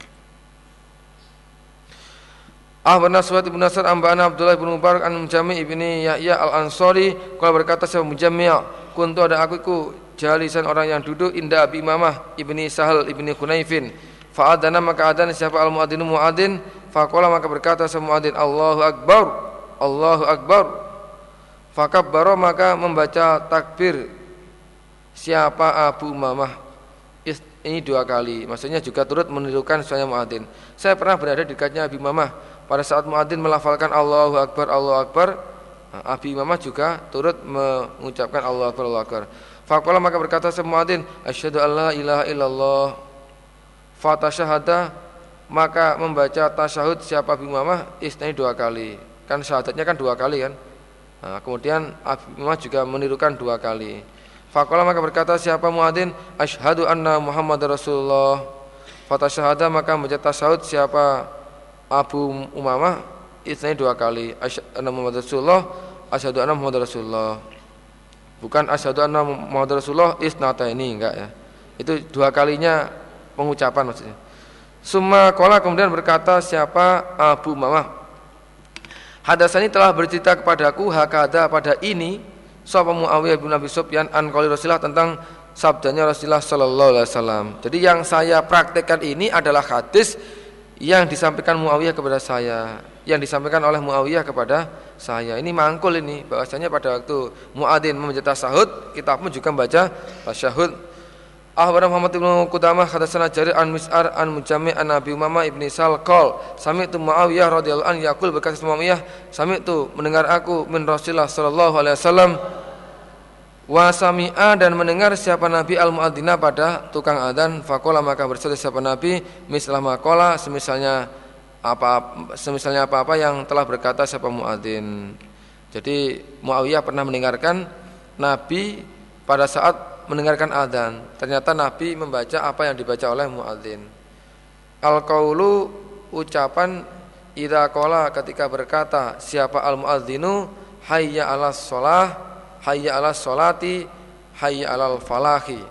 [SPEAKER 1] Ahbarna Suhaib bin Nasr ambana Abdullah bin Mubarak an Mujami' ibni Yahya al-Ansari qala berkata sahab Mujami' kuntu ada aku jalisan orang yang duduk inda Abi Imamah ibni Sahal ibni Hunaifin fa adana maka adan siapa al-muadzinu muadzin faqala maka berkata sahab muadzin Allahu akbar Allahu akbar. Fakabbara maka membaca takbir siapa Abu Umamah ini 2 kali, maksudnya juga turut menirukan suara muadzin. Saya pernah berada di dekatnya Abi Umamah pada saat muadzin melafalkan Allahu akbar Allahu akbar, Abi Umamah juga turut mengucapkan Allahu akbar Allahu akbar. Faqala maka berkata semua muadzin asyhadu alla ilaha illallah. Fatasyahada maka membaca tasyahud siapa Abi Umamah isnai 2 kali. Kan syahadatnya kan 2 kali kan. Nah, kemudian Abi Umamah juga menirukan 2 kali. Faqala maka berkata siapa muadzin asyhadu anna Muhammadar Rasulullah. Fatasyahada maka membaca tasyahud siapa Abu Umamah isnai 2 kali. Asyhadu anna Muhammadar Rasulullah, asyhadu anna Muhammadar Rasulullah. Bukan asyhadu anna Muhammadar Rasulullah isnataini, enggak ya. Itu 2 kalinya pengucapan maksudnya. Summa qala kemudian berkata siapa Abu Umamah hadasani telah bercerita kepadaku hakada pada ini sapa Muawiyah bin Abi Sufyan an qauli Rasulullah tentang sabdanya Rasulullah sallallahu alaihi wasallam. Jadi yang saya praktekkan ini adalah hadis yang disampaikan Muawiyah kepada saya, yang disampaikan oleh Muawiyah kepada saya. Ini mangkul ini bahwasanya pada waktu muadzin membaca tasyahud, kita pun juga membaca tasyahud. Ahbar Muhammad bin Qudamah hadatsana Jarir an Mis'ar an Mujami' an Abi Umamah ibni Sal qol sami'tu Muawiyah radhiyallahu anhu yaqul berkata Muawiyah sami'tu mendengar aku min Rasulullah sallallahu alaihi wasallam Wa sami'a dan mendengar siapa Nabi al-muadzina pada tukang adzan, faqala maka bersabda siapa Nabi mislah maqala semisalnya apa-apa yang telah berkata siapa muadzin. Jadi Muawiyah pernah mendengarkan Nabi pada saat mendengarkan adzan. Ternyata Nabi membaca apa yang dibaca oleh muadzin. Al-qaulu ucapan idza qala ketika berkata siapa al-muadzinu hayya 'alas shalah, hayya 'alas sholati, hayya 'alal falahi.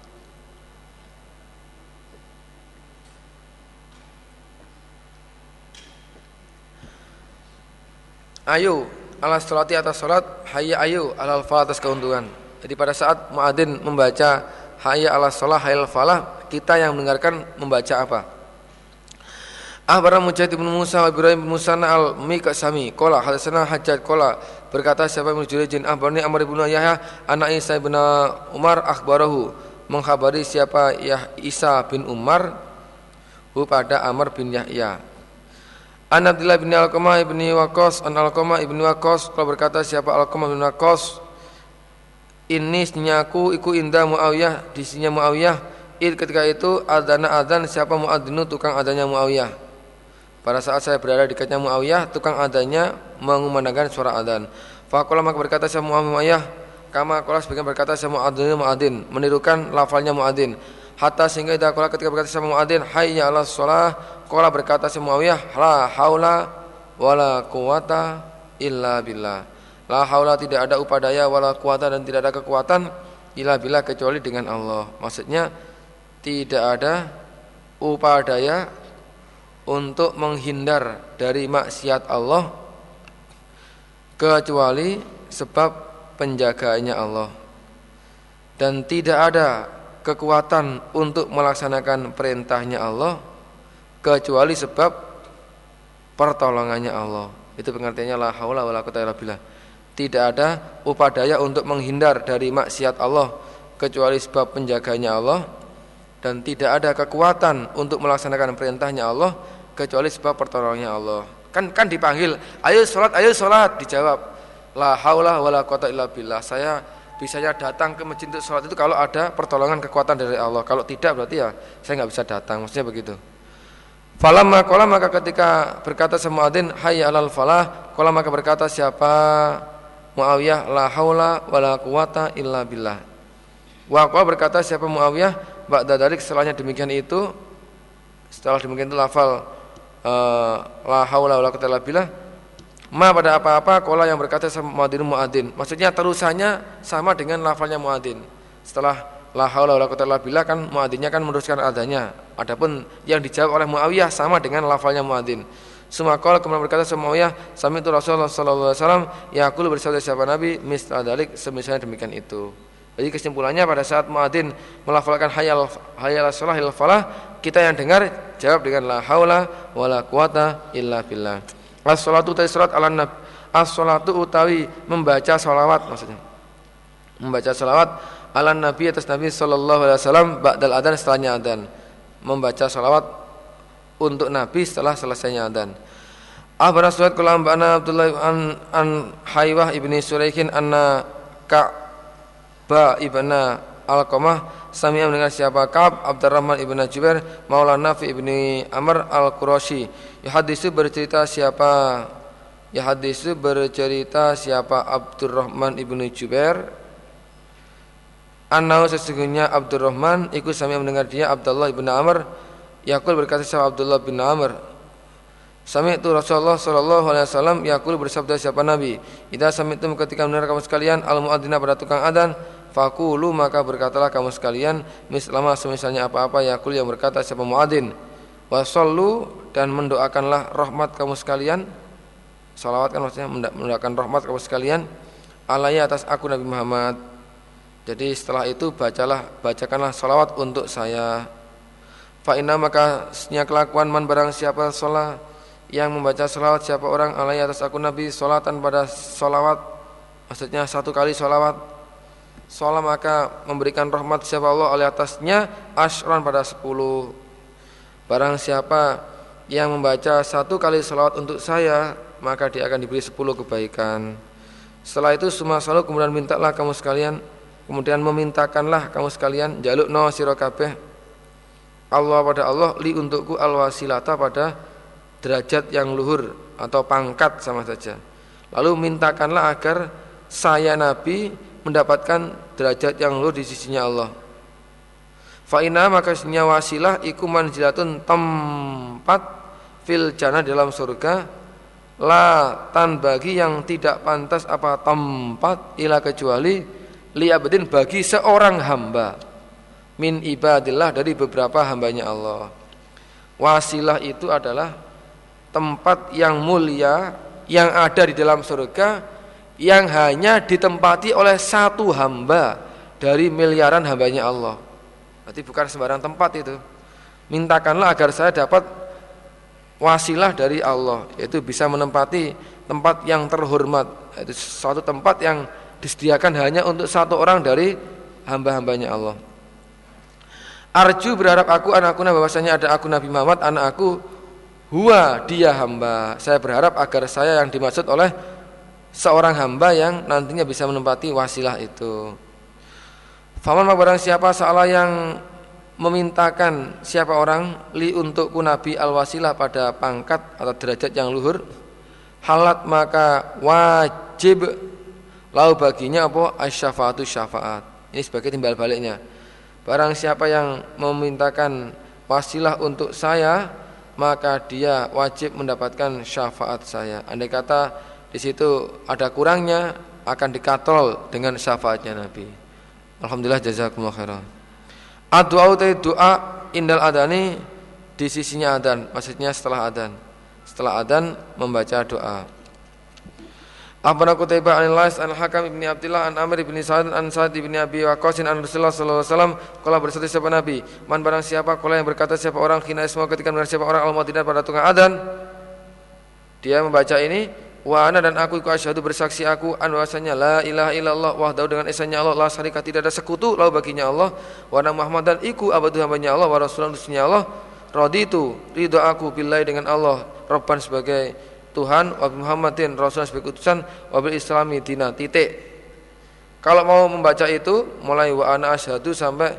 [SPEAKER 1] Ayo 'alas sholati atas salat, hayya ayo 'alal falah atas keuntungan. Jadi pada saat muadzin membaca hayya 'alas shalah, hayya 'alal falah, kita yang mendengarkan membaca apa? Akhbarana Mujaahid bin Musa wa Ibrahim bin Musanna al-Miqsami qala hadatsana Hajjaj qala berkata siapa Ibnu Jurayj akhbarani Amr bin Yahya anak Isa bin Umar akhbarahu mengkhabari siapa Isa bin Umar pada Amr bin Yahya an Abdullah bin Alqamah bin Waqqas an Alqamah bin Waqqas qala berkata siapa Alqamah bin Waqqas ini senyaku iku inda Muawiyah di sisinya Muawiyah ketika itu adzan siapa muadzinu tukang adzannya Muawiyah. Pada saat saya berada di dekatnya Muawiyah, tukang adzannya mengumandangkan suara adzan. Faqala maka berkata saya Muawiyah, kama qala sebagian berkata saya muadzin, menirukan lafalnya muadzin. Hatta sehingga ketika berkata saya muadzin, hayya 'alas shalah, qala berkata saya Muawiyah, la haula wala quwata illa billah. La haula tidak ada upadaya wala quwata dan tidak ada kekuatan illa billah kecuali dengan Allah. Maksudnya tidak ada upadaya untuk menghindar dari maksiat Allah kecuali sebab penjagaannya Allah, dan tidak ada kekuatan untuk melaksanakan perintahnya Allah kecuali sebab pertolongannya Allah. Itu pengertiannya la haula wala quwwata illa billah. Tidak ada upadaya untuk menghindar dari maksiat Allah kecuali sebab penjaganya Allah, dan tidak ada kekuatan untuk melaksanakan perintahnya Allah kecuali sebab pertolongannya Allah. Kan dipanggil, ayo sholat, dijawab la haula wala quwwata illa billah. Saya bisanya datang ke masjid untuk sholat itu kalau ada pertolongan kekuatan dari Allah. Kalau tidak berarti ya saya nggak bisa datang. Maksudnya begitu. Falamma qala maka ketika berkata sama muadzin hayya 'alal falah, qala maka berkata siapa Muawiyah la haula wala quwwata illa billah. Wa qala berkata siapa Muawiyah ba'da dzalik setelahnya demikian itu, setelah demikian itu lafal la haula wala quwwata illa billah ma pada apa-apa qala yang berkata sama muadzin. Maksudnya terusannya sama dengan lafalnya muadzin. Setelah la haula wala quwwata illa billah kan muadzinnya kan meneruskan adanya. Adapun yang dijawab oleh Muawiyah sama dengan lafalnya muadzin. Sumakal kemudian berkata sama Muawiyah, sami'tu Rasulullah sallallahu alaihi wasallam yaqulu bersabda siapa Nabi misal dzalik semisalnya demikian itu. Jadi kesimpulannya pada saat muadzin melafalkan hayya 'alas shalah hayya 'alal falah, kita yang dengar jawab dengan la haula wala quwata illa billah. As-shalatu utawi salat ala nabi, as-shalatu utawi membaca salawat, maksudnya membaca salawat ala nabi atas Nabi sallallahu alaihi wasallam ba'dal adzan setelahnya adzan. Membaca salawat untuk Nabi setelah selesainya adzan. Akhbarana Suhaib qala ambana Abdullah an Haywah ibni Suraikin anna Ka'ba ibna Alqamah sami'a mendengar siapa Ka'ab Abdurrahman ibn Jubair maula Nafi ibni Amr al-Qurashi hadisu bercerita siapa Abdurrahman ibn Jubair annahu sesungguhnya Abdurrahman ikut sami'a mendengar dia Abdullah ibn Amr yaqul berkata siapa Abdullah bin Amr sami'tu Rasulullah sallallahu alaihi wasallam yaqul bersabda siapa Nabi idza sami'tum ketika mendengar kamu sekalian al-muadzina pada tukang adzan faqulu maka berkatalah kamu sekalian mislama semisalnya apa-apa yaqul yang berkata siapa muadzin wa shallu dan mendoakanlah rahmat kamu sekalian. Salawat kan maksudnya mendoakan rahmat kamu sekalian alayya atas aku Nabi Muhammad. Jadi setelah itu bacakanlah salawat untuk saya. Fa inna maka sesungguhnya kelakuan man barang siapa salat yang membaca salawat siapa orang alayya atas aku Nabi salatan pada salawat, maksudnya satu kali salawat salat maka memberikan rahmat siapa Allah alaihi atasnya asyran pada 10. Barang siapa yang membaca satu kali salawat untuk saya maka dia akan diberi 10 kebaikan. Setelah itu semua salat kemudian mintalah kamu sekalian Kemudian memintakanlah kamu sekalian jalukno sira kabeh Allah pada Allah li untukku alwasilata pada derajat yang luhur atau pangkat sama saja. Lalu mintakanlah agar saya Nabi mendapatkan derajat yang luhur di sisinya Allah. Fa inna maka wasilah iku manzilatun tempat fil jannah dalam surga la tan bagi yang tidak pantas apa tempat ila kecuali liabdin bagi seorang hamba min ibadillah dari beberapa hambanya Allah. Wasilah itu adalah tempat yang mulia yang ada di dalam surga yang hanya ditempati oleh satu hamba dari miliaran hambanya Allah. Berarti bukan sembarang tempat itu. Mintakanlah agar saya dapat wasilah dari Allah, yaitu bisa menempati tempat yang terhormat, yaitu suatu tempat yang disediakan hanya untuk satu orang dari hamba-hambanya Allah. Arju berharap aku anakku bahwasanya ada aku Nabi Muhammad anak aku huwa dia hamba. Saya berharap agar saya yang dimaksud oleh seorang hamba yang nantinya bisa menempati wasilah itu. Faman barang siapa salah yang memintakan siapa orang li untukku Nabi al-wasilah pada pangkat atau derajat yang luhur halat maka wajib lau baginya apa asy-syafaatu syafaat. Ini sebagai timbal baliknya. Barang siapa yang memintakan wasilah untuk saya maka dia wajib mendapatkan syafaat saya. Andai kata di situ ada kurangnya akan dikatrol dengan syafaatnya Nabi. Alhamdulillah jazakumullah khairan. Doa indal adani di sisinya adzan, maksudnya setelah adzan. Setelah adzan membaca doa. Akhbarana Qutaibah an Lais an Hakam ibni Abdillah an Amr ibni Sa'ad an Sa'ad ibni Abi Waqqas an Rasulullah sallallahu alaihi wasallam qala bersabda siapa Nabi, man barang siapa qala yang berkata siapa orang khina isma ketika mendengar siapa orang al-mu'adzin pada tukang adzan, dia membaca ini wa ana dan aku asyhadu bersaksi aku an bahwasanya la ilaha illallah wahdahu dengan esanya Allah la syarika tidak ada sekutu lahu baginya Allah wa anna Muhammadan iku abdu hambanya Allah wa rasulun utusannya Allah raditu ridha aku billahi dengan Allah rabban sebagai Tuhan wa Muhammadin rasul sebagai utusan wa bil islami dina titik. Kalau mau membaca itu mulai wa ana asyhadu sampai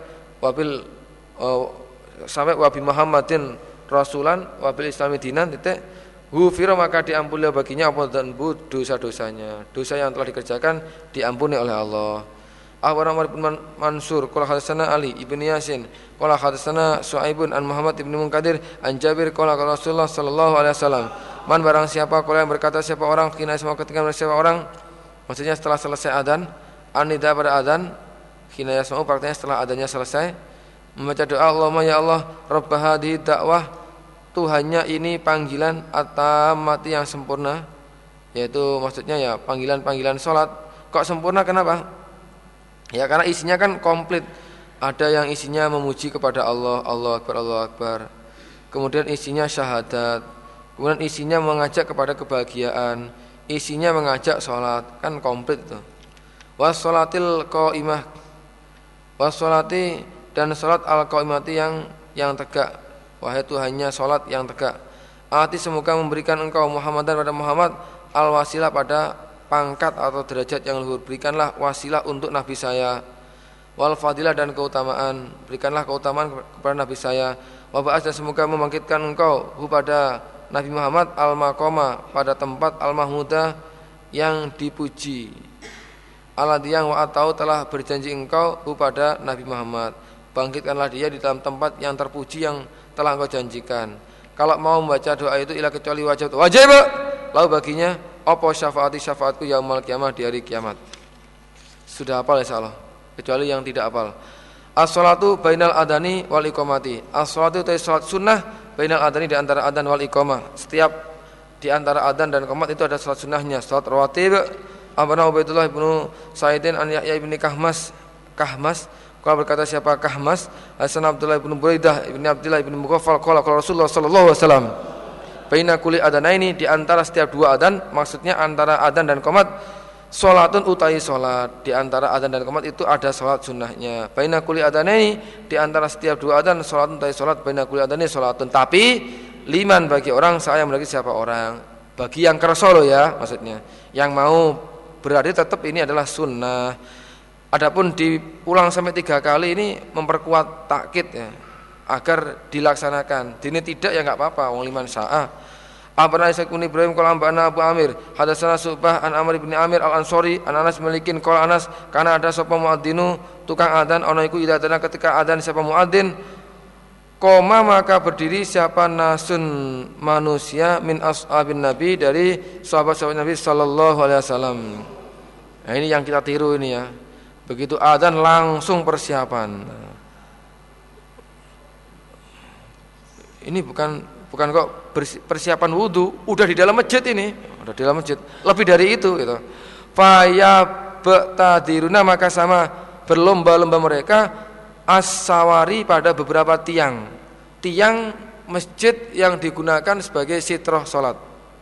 [SPEAKER 1] sampai wa bi Muhammadin rasulan wa bil islami dina titik ghufira maka diampuni baginya apa dan dosa-dosanya. Dosa yang telah dikerjakan diampuni oleh Allah. Akhbarana Umar bin Mansur qala hadatsana Ali ibnu Yasin qala hadatsana Su'aibun an Muhammad ibnu Munkadir an Jabir qala Rasulullah sallallahu alaihi wasallam man barang siapa qala yang berkata siapa orang kina semua ketika siapa orang maksudnya setelah selesai adzan anida pada adzan kina yasma'u artinya setelah adzannya selesai membaca doa Allahumma ya Allah rabb hadhihi da'wah Tuhannya ini panggilan atamati yang sempurna, yaitu maksudnya ya panggilan-panggilan sholat. Kok sempurna kenapa? Ya karena isinya kan komplit. Ada yang isinya memuji kepada Allah, Allah Akbar, Allah Akbar. Kemudian isinya syahadat. Kemudian isinya mengajak kepada kebahagiaan. Isinya mengajak sholat, kan komplit itu. Wassolatil qaimah, wassolati dan sholat al-qaimati yang tegak. Wahai Tuhannya salat yang tegak. Ati semoga memberikan engkau Muhammadan pada Muhammad al-wasilah pada pangkat atau derajat yang luhur. Berikanlah wasilah untuk Nabi saya. Wal fadilah dan keutamaan. Berikanlah keutamaan kepada Nabi saya. Wa ba'as dan semoga membangkitkan engkau pada Nabi Muhammad al-maqama pada tempat al-mahmudah yang dipuji. Alladzi yang wa atau telah berjanji engkau pada Nabi Muhammad. Bangkitkanlah dia di dalam tempat yang terpuji yang telah engkau janjikan. Kalau mau membaca doa itu ila kecuali wajib lalu baginya apa syafaatku yaumul kiamah di hari kiamat. Sudah hafal insyaallah, kecuali yang tidak hafal. As-shalatu bainal adani wal iqamati. As-shalatu itu salat sunnah bainal adani di antara adzan wal iqamah. Setiap di antara adzan dan iqamat itu ada salat sunnahnya, salat rawatib. Abana Ubaidullah ibnu Sa'idin an Yahya ibni Kahmas kalau berkata siapa Kahmas Hasan Abdullah ibn Buraidah ibn Abdullah ibn Mughaffal qala Rasulullah sallallahu alaihi wasallam baina kulli adanaini di antara setiap dua adzan maksudnya antara adzan dan qomat salatun utai salat di antara adzan dan qomat itu ada salat sunnahnya baina kulli adanaini di antara setiap dua adzan salatun utai salat baina kulli adanaini salatun tapi liman bagi orang saya bagi siapa orang bagi yang kerso loh ya maksudnya yang mau berarti tetap ini adalah sunnah. Adapun diulang sampai 3 kali ini memperkuat takkid ya, agar dilaksanakan. Dini tidak ya enggak apa-apa, wong liman sa'ah. Abana Ishaq bin Ibrahim qala ambana Abu Amir hadatsana Subah an Amr bin Amir al-Ansori an Anas malikin qala Anas kana ada sapa muadzinu tukang adzan ana iku idza ketika adzan siapa muadzin koma maka berdiri siapa nasun manusia min ashabin Nabi dari sahabat-sahabat Nabi sallallahu alaihi wasallam. Nah ini yang kita tiru ini ya. Begitu adzan langsung persiapan. Ini bukan kok persiapan wudu, udah di dalam masjid ini, udah di dalam masjid. Lebih dari itu gitu. Faya ba'tadiruna maka sama berlomba-lomba mereka as-sawari pada beberapa tiang masjid yang digunakan sebagai sitroh salat.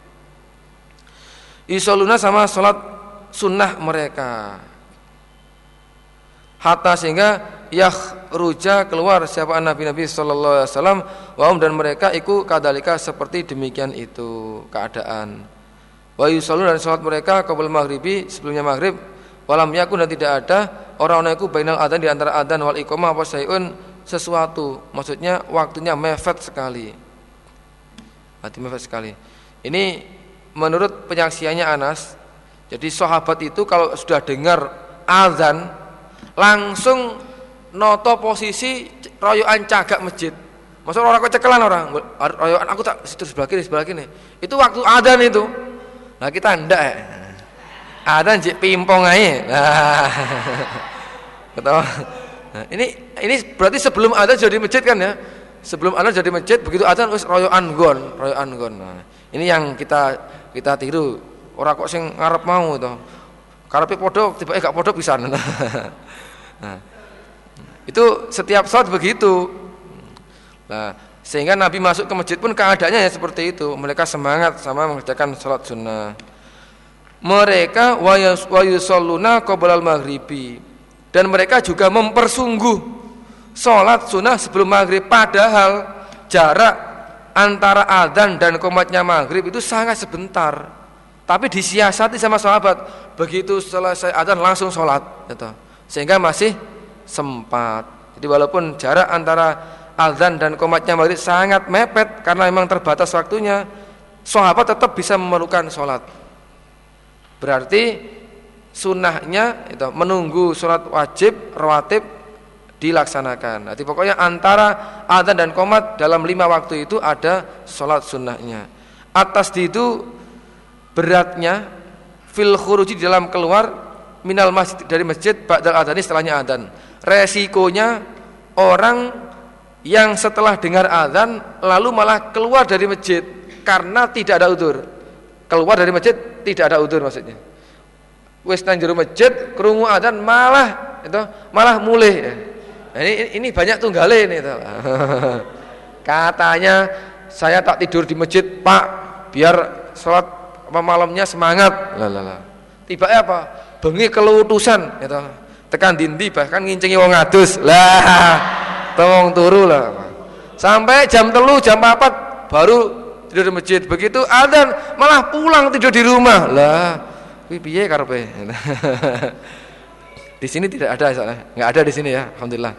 [SPEAKER 1] Isoluna sama salat sunnah mereka. Hatta sehingga yakhruja keluar siapa Nabi sallallahu alaihi wasallam wa dan mereka iku kadalika seperti demikian itu keadaan. Wa yusallu dan salat mereka qabla maghribi sebelumnya maghrib walam yakun dan tidak ada orang-orang iku bainal adzan di antara adzan wal iqamah apa sayun sesuatu, maksudnya waktunya mepet sekali. Mepet sekali. Ini menurut penyaksiannya Anas. Jadi sahabat itu kalau sudah dengar adzan langsung noto posisi royoan cagak masjid. Maksud orang kok cekelan orang royoan aku tak situ sebelah kiri. Itu waktu adzan itu. Nah kita ndak ya. Adzan jek pimpong ae. Nah. Ketawa. Nah, ini berarti sebelum adzan jadi masjid kan ya. Sebelum adzan jadi masjid begitu adzan wis royoan gon. Nah, ini yang kita tiru. Ora kok sing ngarep mau to. Karepe padha tibake gak padha pisan. Nah, itu setiap salat begitu. Nah, sehingga Nabi masuk ke masjid pun keadaannya ya seperti itu. Mereka semangat sama mengerjakan salat sunnah. Mereka wa yusalluna qabla al-maghribi. Dan mereka juga mempersungguh salat sunnah sebelum maghrib, padahal jarak antara adzan dan qomatnya maghrib itu sangat sebentar. Tapi disiasati sama sahabat, begitu selesai adzan langsung salat gitu. Sehingga masih sempat. Jadi walaupun jarak antara adzan dan qomatnya maghrib sangat mepet karena memang terbatas waktunya, sahabat tetap bisa memerlukan salat. Berarti sunnahnya itu menunggu salat wajib rawatib dilaksanakan. Jadi pokoknya antara adzan dan qomat dalam 5 waktu itu ada salat sunnahnya. Atas itu beratnya fil khuruji dalam keluar minal masjid dari masjid ba'dal adzan setelahnya adzan. Resikonya orang yang setelah dengar adzan lalu malah keluar dari masjid karena tidak ada udzur. Keluar dari masjid tidak ada udzur maksudnya. Wis nang jero masjid krungu adzan malah mulih. Nah, ini banyak tunggale ini itu. Katanya saya tak tidur di masjid, Pak, biar salat malamnya semangat. Tiba apa? Bengi kelutusan gitu. Tekan dindi bahkan ngincengi wong adus. Lah, tolong turu lah. Sampai jam 3, jam 4 baru tidur di masjid. Begitu adzan malah pulang tidur di rumah. Lah, kuwi piye karepe? Di sini tidak ada soalnya. Enggak ada di sini ya, alhamdulillah.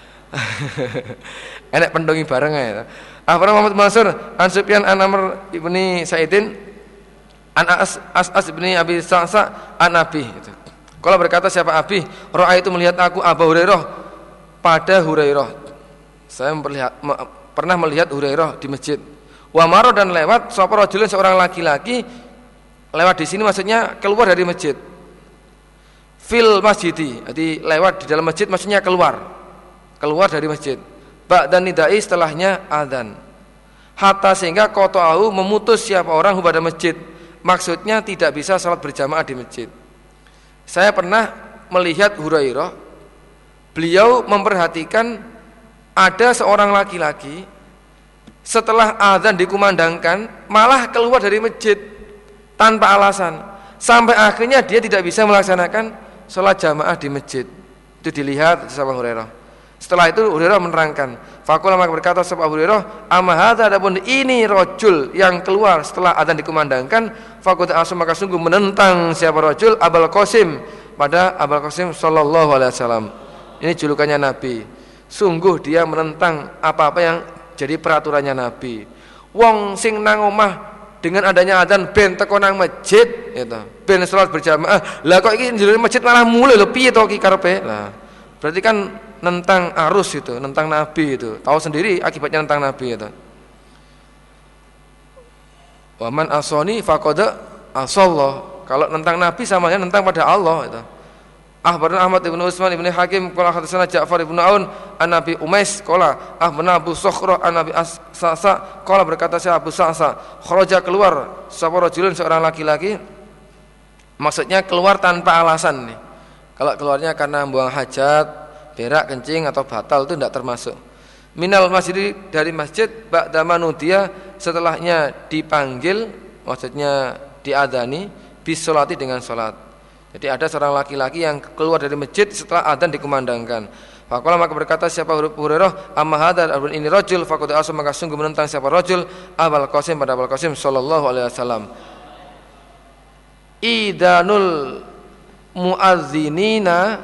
[SPEAKER 1] Enak pendongi bareng ya. Akhbarana Muhammad Mansur an Sufyan an Amr ibni Sa'idin an As bin Abi Sa'sa an Abi itu. Kalau berkata siapa Abi, ro'a itu melihat aku Abu Hurairah pada Hurairah. Saya pernah melihat Hurairah di masjid. Wa maro dan lewat sapa rajulun seorang laki-laki lewat di sini maksudnya keluar dari masjid. Fil masjidi, jadi lewat di dalam masjid maksudnya keluar dari masjid. Ba'dan nidai setelahnya adzan. Hatta sehingga qata'ahu memutus siapa orang pada masjid. Maksudnya tidak bisa salat berjamaah di masjid. Saya pernah melihat Hurairah, beliau memperhatikan ada seorang laki-laki setelah adzan dikumandangkan malah keluar dari masjid tanpa alasan, sampai akhirnya dia tidak bisa melaksanakan salat jamaah di masjid. Itu dilihat sama Hurairah. Setelah itu Hurairah menerangkan, faqala maka berkata sahabat Hurairah, amma hadza adapun ini rajul yang keluar setelah adzan dikumandangkan, faqad asma maka sungguh menentang siapa rajul Abul Qasim pada Abul Qasim sallallahu alaihi wasallam. Ini julukannya Nabi. Sungguh dia menentang apa-apa yang jadi peraturannya Nabi. Wong sing nang omah dengan adanya adzan ben teko nang masjid gitu. Ben salat berjamaah. Lah kok iki njero masjid malah mulai lho piye to iki karepe? Lah berarti kan nentang arus itu, nentang Nabi itu. Tahu sendiri akibatnya nentang Nabi itu. Wa man asani faqad asallah. Kalau nentang Nabi samanya nentang pada Allah itu. Akhbarana Ahmad ibn Utsman ibn Hakim qala hadatsana Ja'far ibn Aun an Nabi Umais qala akhbarana Abu Sakhra an Nabi Sa'sa qala berkata saya Abu Sa'sa kharaja keluar sapa rajulun seorang laki-laki, maksudnya keluar tanpa alasan nih. Kalau keluarnya karena buang hajat, berak, kencing atau batal itu tidak termasuk. Minal masjid, dari masjid ba'da manudia, setelahnya dipanggil, maksudnya diadani bis sholati dengan sholat. Jadi ada seorang laki-laki yang keluar dari masjid setelah adzan dikumandangkan. Faqala maka berkata siapa Hurairah, amma hadzal ini rajul faqad asam, maka sungguh menentang siapa rajul Abul Qasim pada Abul Qasim sallallahu alaihi wasallam. Idanul muadzinina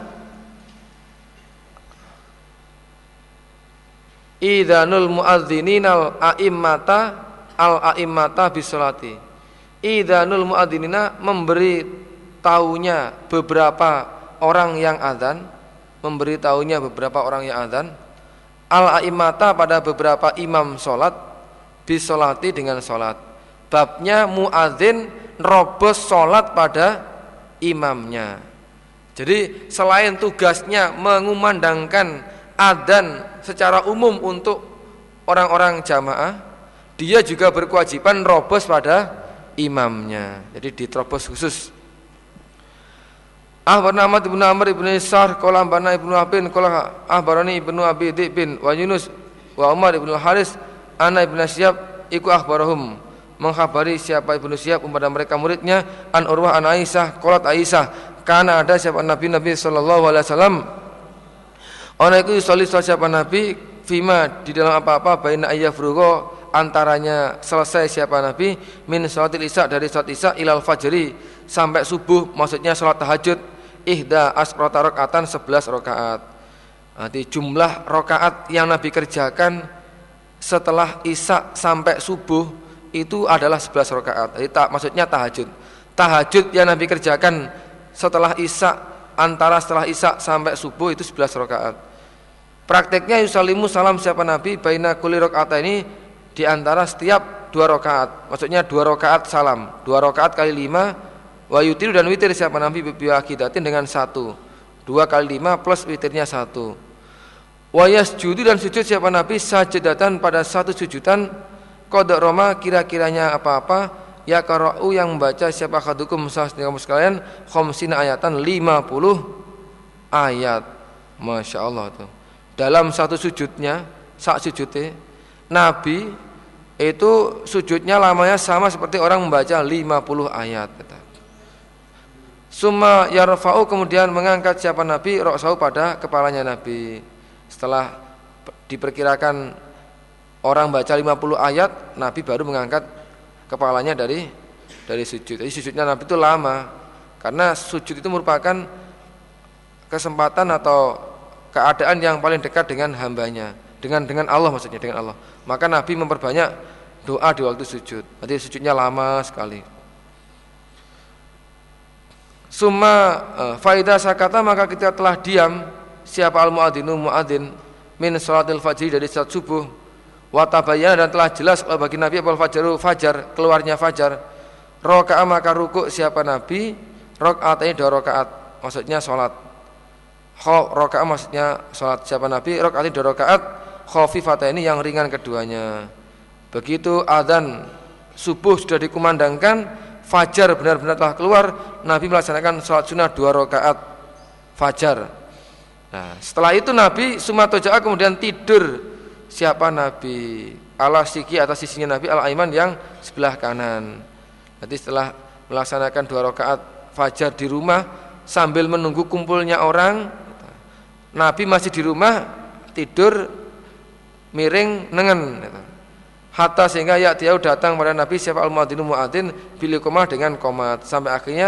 [SPEAKER 1] al-a'immata bisolati. Idanul muadzinina memberi taunya beberapa orang yang adzan, memberi taunya beberapa orang yang adzan, al-a'immata pada beberapa imam salat, bisolati dengan salat. Babnya muadzin nerobos salat pada imamnya. Jadi selain tugasnya mengumandangkan adzan secara umum untuk orang-orang jamaah, dia juga berkewajiban nerobos pada imamnya. Jadi diterobos khusus. Ahbarana Ahmad ibn Amr ibn Isar qala bana ibnu Abin qala ahbarani ibnu Abi Dzibin wa Yunus wa Umar ibn Haris ana ibn Syihab iku akhbarahum, mengkhabari siapa ibnu Syihab kepada mereka muridnya an Urwah an Aisyah qalat Aisyah kana ada siapa Nabi sallallahu alaihi wasallam ana iku sholli siapa Nabi fima di dalam apa-apa baina ayyafrugo antaranya selesai siapa Nabi min salatil isya dari salat isya ilal fajri sampai subuh, maksudnya salat tahajud ihda asrota rakaatan 11 rakaat. Nanti jumlah rakaat yang Nabi kerjakan setelah isya sampai subuh itu adalah 11 rakaat. Jadi maksudnya tahajud. Tahajud yang Nabi kerjakan setelah isya, antara setelah isya sampai subuh itu 11 rakaat. Prakteknya yusallimu salam siapa Nabi baina kulli rakaataini, di antara setiap 2 rakaat. Maksudnya 2 rakaat salam, 2 rakaat kali 5. Wa yutiru dan witir siapa Nabi biwaqidatin dengan 1. 2 kali 5 plus witirnya 1. Wa yasjudu dan sujud siapa Nabi sajadatan pada 1 sujudan qada roma kira-kiranya apa-apa ya qara'u yang membaca siapa khadukum sahaja kamu sekalian khamsina ayatan 50 ayat. Masya Allah tuh. Dalam 1 sujudnya, sak sujudnya Nabi itu sujudnya lamanya sama seperti orang membaca 50 ayat. Summa yarfa'u kemudian mengangkat siapa Nabi ra'sahu pada kepalanya Nabi. Setelah diperkirakan orang baca 50 ayat, Nabi baru mengangkat kepalanya dari sujud. Jadi sujudnya Nabi itu lama karena sujud itu merupakan kesempatan atau keadaan yang paling dekat dengan hambanya, dengan Allah, maksudnya dengan Allah. Maka Nabi memperbanyak doa di waktu sujud. Nanti sujudnya lama sekali. Summa faida sakata maka kita telah diam siapa al-muadzinu muadzin min salatil fajri dari salat subuh wa tabayyana dan telah jelas bagi Nabi al fajru fajar keluarnya fajar rakaat maka rukuk siapa Nabi rakaatnya 2 rakaat maksudnya salat rakaat maksudnya salat siapa Nabi rakaatnya 2 rakaat khafifataini yang ringan keduanya. Begitu adzan subuh sudah dikumandangkan, fajar benar-benar telah keluar, Nabi melaksanakan salat sunnah 2 rakaat fajar. Nah, setelah itu Nabi sumatoja'a kemudian tidur siapa Nabi ala siki atas sisinya Nabi al-aiman yang sebelah kanan. Nanti setelah melaksanakan 2 rakaat fajar di rumah sambil menunggu kumpulnya orang, Nabi masih di rumah tidur miring nengen. Hatta sehingga ya dia datang pada Nabi siapa al-muadzinu muadzin bil iqamah dengan qomat sampai akhirnya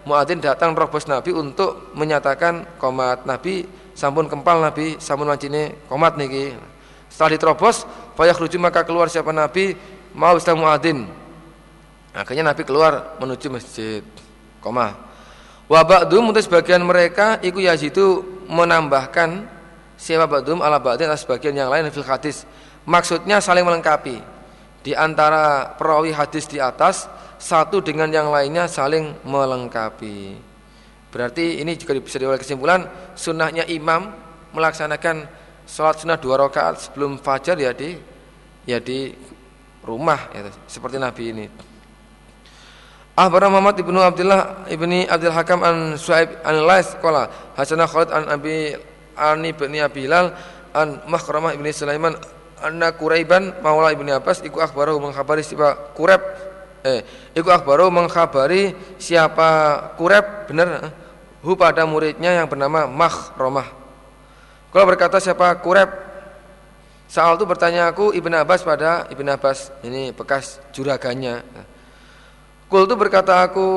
[SPEAKER 1] muadzin datang nerobos Nabi untuk menyatakan qomat. Nabi sampun kempal, Nabi sampun wancine qomat niki. Setelah diterobos, fayakhruju maka keluar siapa Nabi mau istilah muadzin. Akhirnya Nabi keluar menuju masjid qomah. Wa ba'dhum mutus sebagian mereka iku yazidu menambahkan siapa ba'dhum ala ba'din atas sebagian yang lain fil hadis. Maksudnya saling melengkapi. Di antara perawi hadis di atas satu dengan yang lainnya saling melengkapi. Berarti ini juga bisa diambil kesimpulan sunnahnya imam melaksanakan sholat sunnah 2 rakaat sebelum fajar ya di rumah ya, seperti Nabi ini. Akhbarana Muhammad ibnu Abdullah ibni Abdul Hakam an Su'aib an Lais qala hasana Khalid an Abi Ani bin Abi Hilal an Makhramah ibni Sulaiman anna Quraiban maula ibni Abbas iku akhbarahu mengkhabari siapa Quraib iku akhbarahu mengkhabari siapa Quraib benar hu pada muridnya yang bernama Makhramah. Kalau berkata siapa Quraib Saal itu bertanya aku Ibn Abbas pada Ibn Abbas ini bekas juraganya. Kul itu berkata aku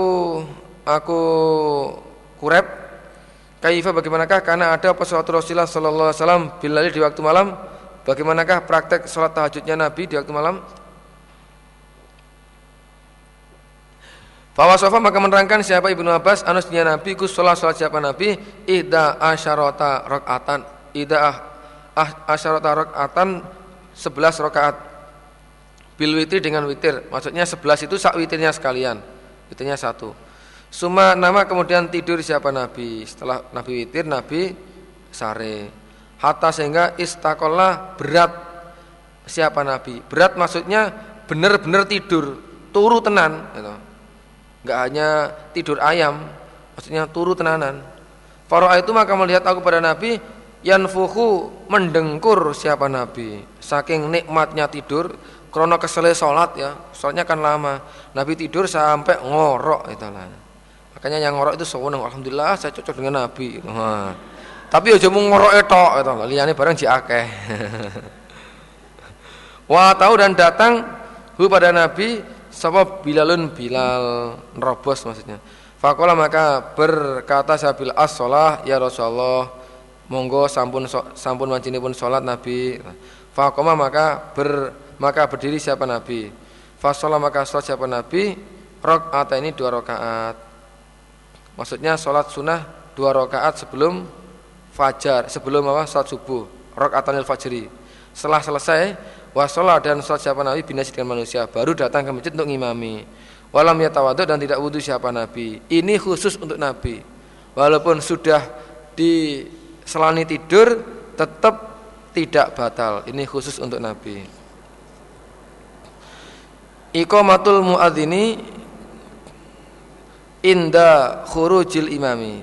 [SPEAKER 1] Quraib kaifa bagaimanakah karena ada apa sholat Rasulullah sallallahu alaihi wasallam bilal di waktu malam, bagaimanakah praktek sholat tahajudnya Nabi di waktu malam? Fawasofa maka menerangkan siapa Ibnu Abbas anusnya Nabi ku sholat siapa Nabi ida asyarota rakaatan 11 rakaat bil witir dengan witir, maksudnya 11 itu sak witirnya sekalian, witirnya 1. Suma nama kemudian tidur siapa Nabi setelah Nabi witir, Nabi sare hatta sehingga istaqalla berat siapa Nabi. Berat maksudnya benar-benar tidur, turu tenan gitu. Enggak hanya tidur ayam, maksudnya turu tenanan. Fara'a itu maka melihat aku pada Nabi yanfuhu mendengkur siapa Nabi saking nikmatnya tidur. Krono kesele sholat ya, sholatnya kan lama. Nabi tidur sampai ngorok itulah. Makanya yang ngorok itu seneng. Alhamdulillah saya cocok dengan Nabi. Nah, tapi aja mau ngorok etok itu, liyane barang jiakeh. Wah tahu dan datang hu pada Nabi sapa Bilal nerobos maksudnya. Faqala maka berkata sabil as-shalah ya Rasulullah, monggo sampun wancinipun sholat Nabi. Faqama maka berdiri siapa Nabi. Fasholah maka sholat siapa Nabi. Rakaat ini 2 rakaat. Maksudnya sholat sunnah 2 rakaat sebelum fajar, sebelum sholat subuh. Rakaatanil fajri. Setelah selesai washolah dan sholat siapa Nabi binasi dengan manusia, baru datang ke masjid untuk ngimami. Walam yatawadhu dan tidak wudu siapa Nabi. Ini khusus untuk Nabi. Walaupun sudah diselani tidur tetap tidak batal. Ini khusus untuk Nabi. Iqamatul muadzini inda khurujil imami.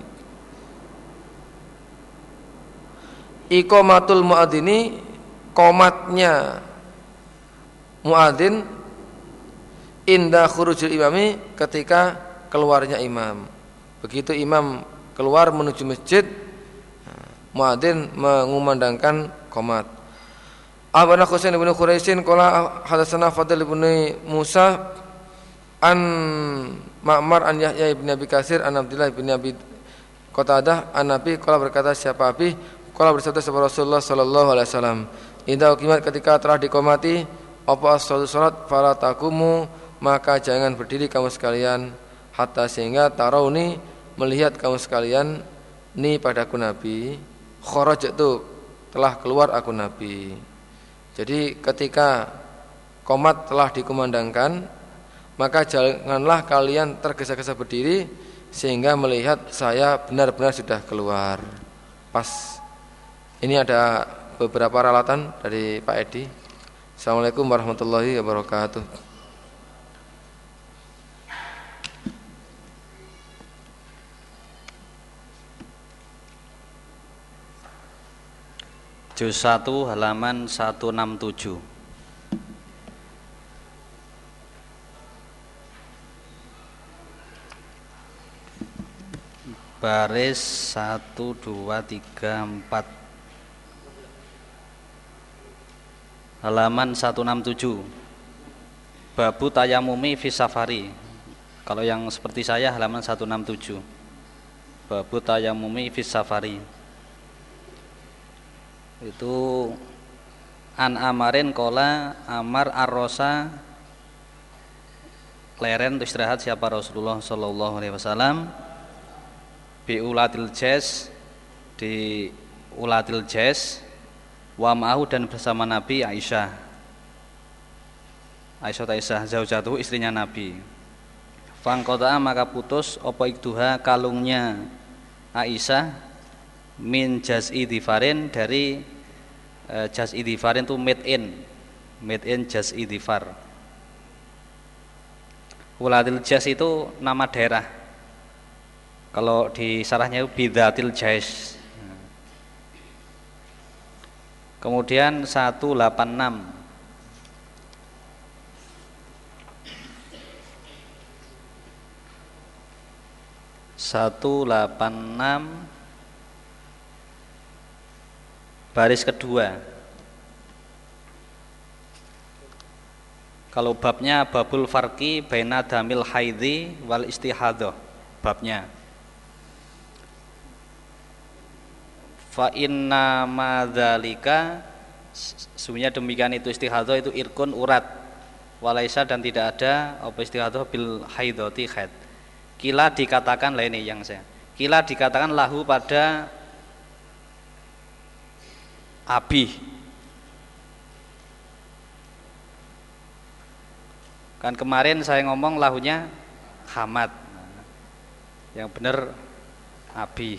[SPEAKER 1] Iqamatul muadzini qomatnya muadzin inda khurujil imami ketika keluarnya imam. Begitu imam keluar menuju masjid, muadzin mengumandangkan qomat. Abana Husain bin Quraisin qala hadatsana Fadl bin Musa an Ma'mar an Yahya bin Abi Katsir an Abdullah bin Abi Qatadah an Nabi qala berkata siapa Abi qala bersabda sahabat Rasulullah sallallahu alaihi wasallam idza uqimat ketika telah diqomati apa salat fala taqumu maka jangan berdiri kamu sekalian hatta sehingga tarauni melihat kamu sekalian ni padaku Nabi kharajtu telah keluar aku Nabi. Jadi ketika qomat telah dikumandangkan, maka janganlah kalian tergesa-gesa berdiri sehingga melihat saya benar-benar sudah keluar. Pas. Ini ada beberapa peralatan dari Pak Edi. Assalamualaikum warahmatullahi wabarakatuh.
[SPEAKER 2] Juz 1 halaman 167. Baris 1 2 3 4. Halaman 167. Babu tayamumi fi safari. Kalau yang seperti saya halaman 167. Babu tayamumi fis safari. Itu an amarin kola amar arrosa, leren untuk istirahat siapa Rasulullah Shallallahu Alaihi Wasallam, bi ulatil jaz, di ulatil jaz, wa ma'ahu, dan bersama Nabi Aisyah zaujatuhu, istrinya Nabi. Fangqata'a, maka putus apa ikduha, kalungnya Aisyah, min jaz'i difarin, dari jaz'i difarin itu made in jaz'i difar. Ulatil jaz itu nama daerah, kalau di sarahnya itu bidatil jaz. Kemudian 186, baris kedua. Kalau babnya babul farqi baina damil haidhi wal istihadah, babnya fa inna madzalika, sebenarnya demikian itu istihadah itu irkun urat, walaisa, dan tidak ada apa istihadah bil haidati haid. Kila dikatakan, lah ini yang saya, kila dikatakan lahu pada Abi, kan kemarin saya ngomong lahunya Hamad, yang benar Abi.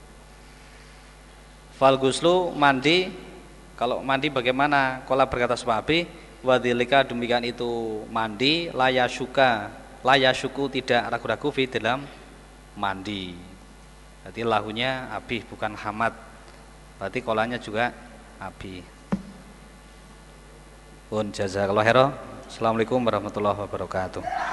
[SPEAKER 2] Fal guslu, mandi, kalau mandi bagaimana? Qala berkata sama Abi, wadilika, demikian itu mandi, layasuku, tidak ragu-ragu, fi dalam mandi. Jadi lahunya Abi bukan Hamad, berarti kolanya juga Abi. Jazakallahu khairan. Assalamualaikum warahmatullahi wabarakatuh.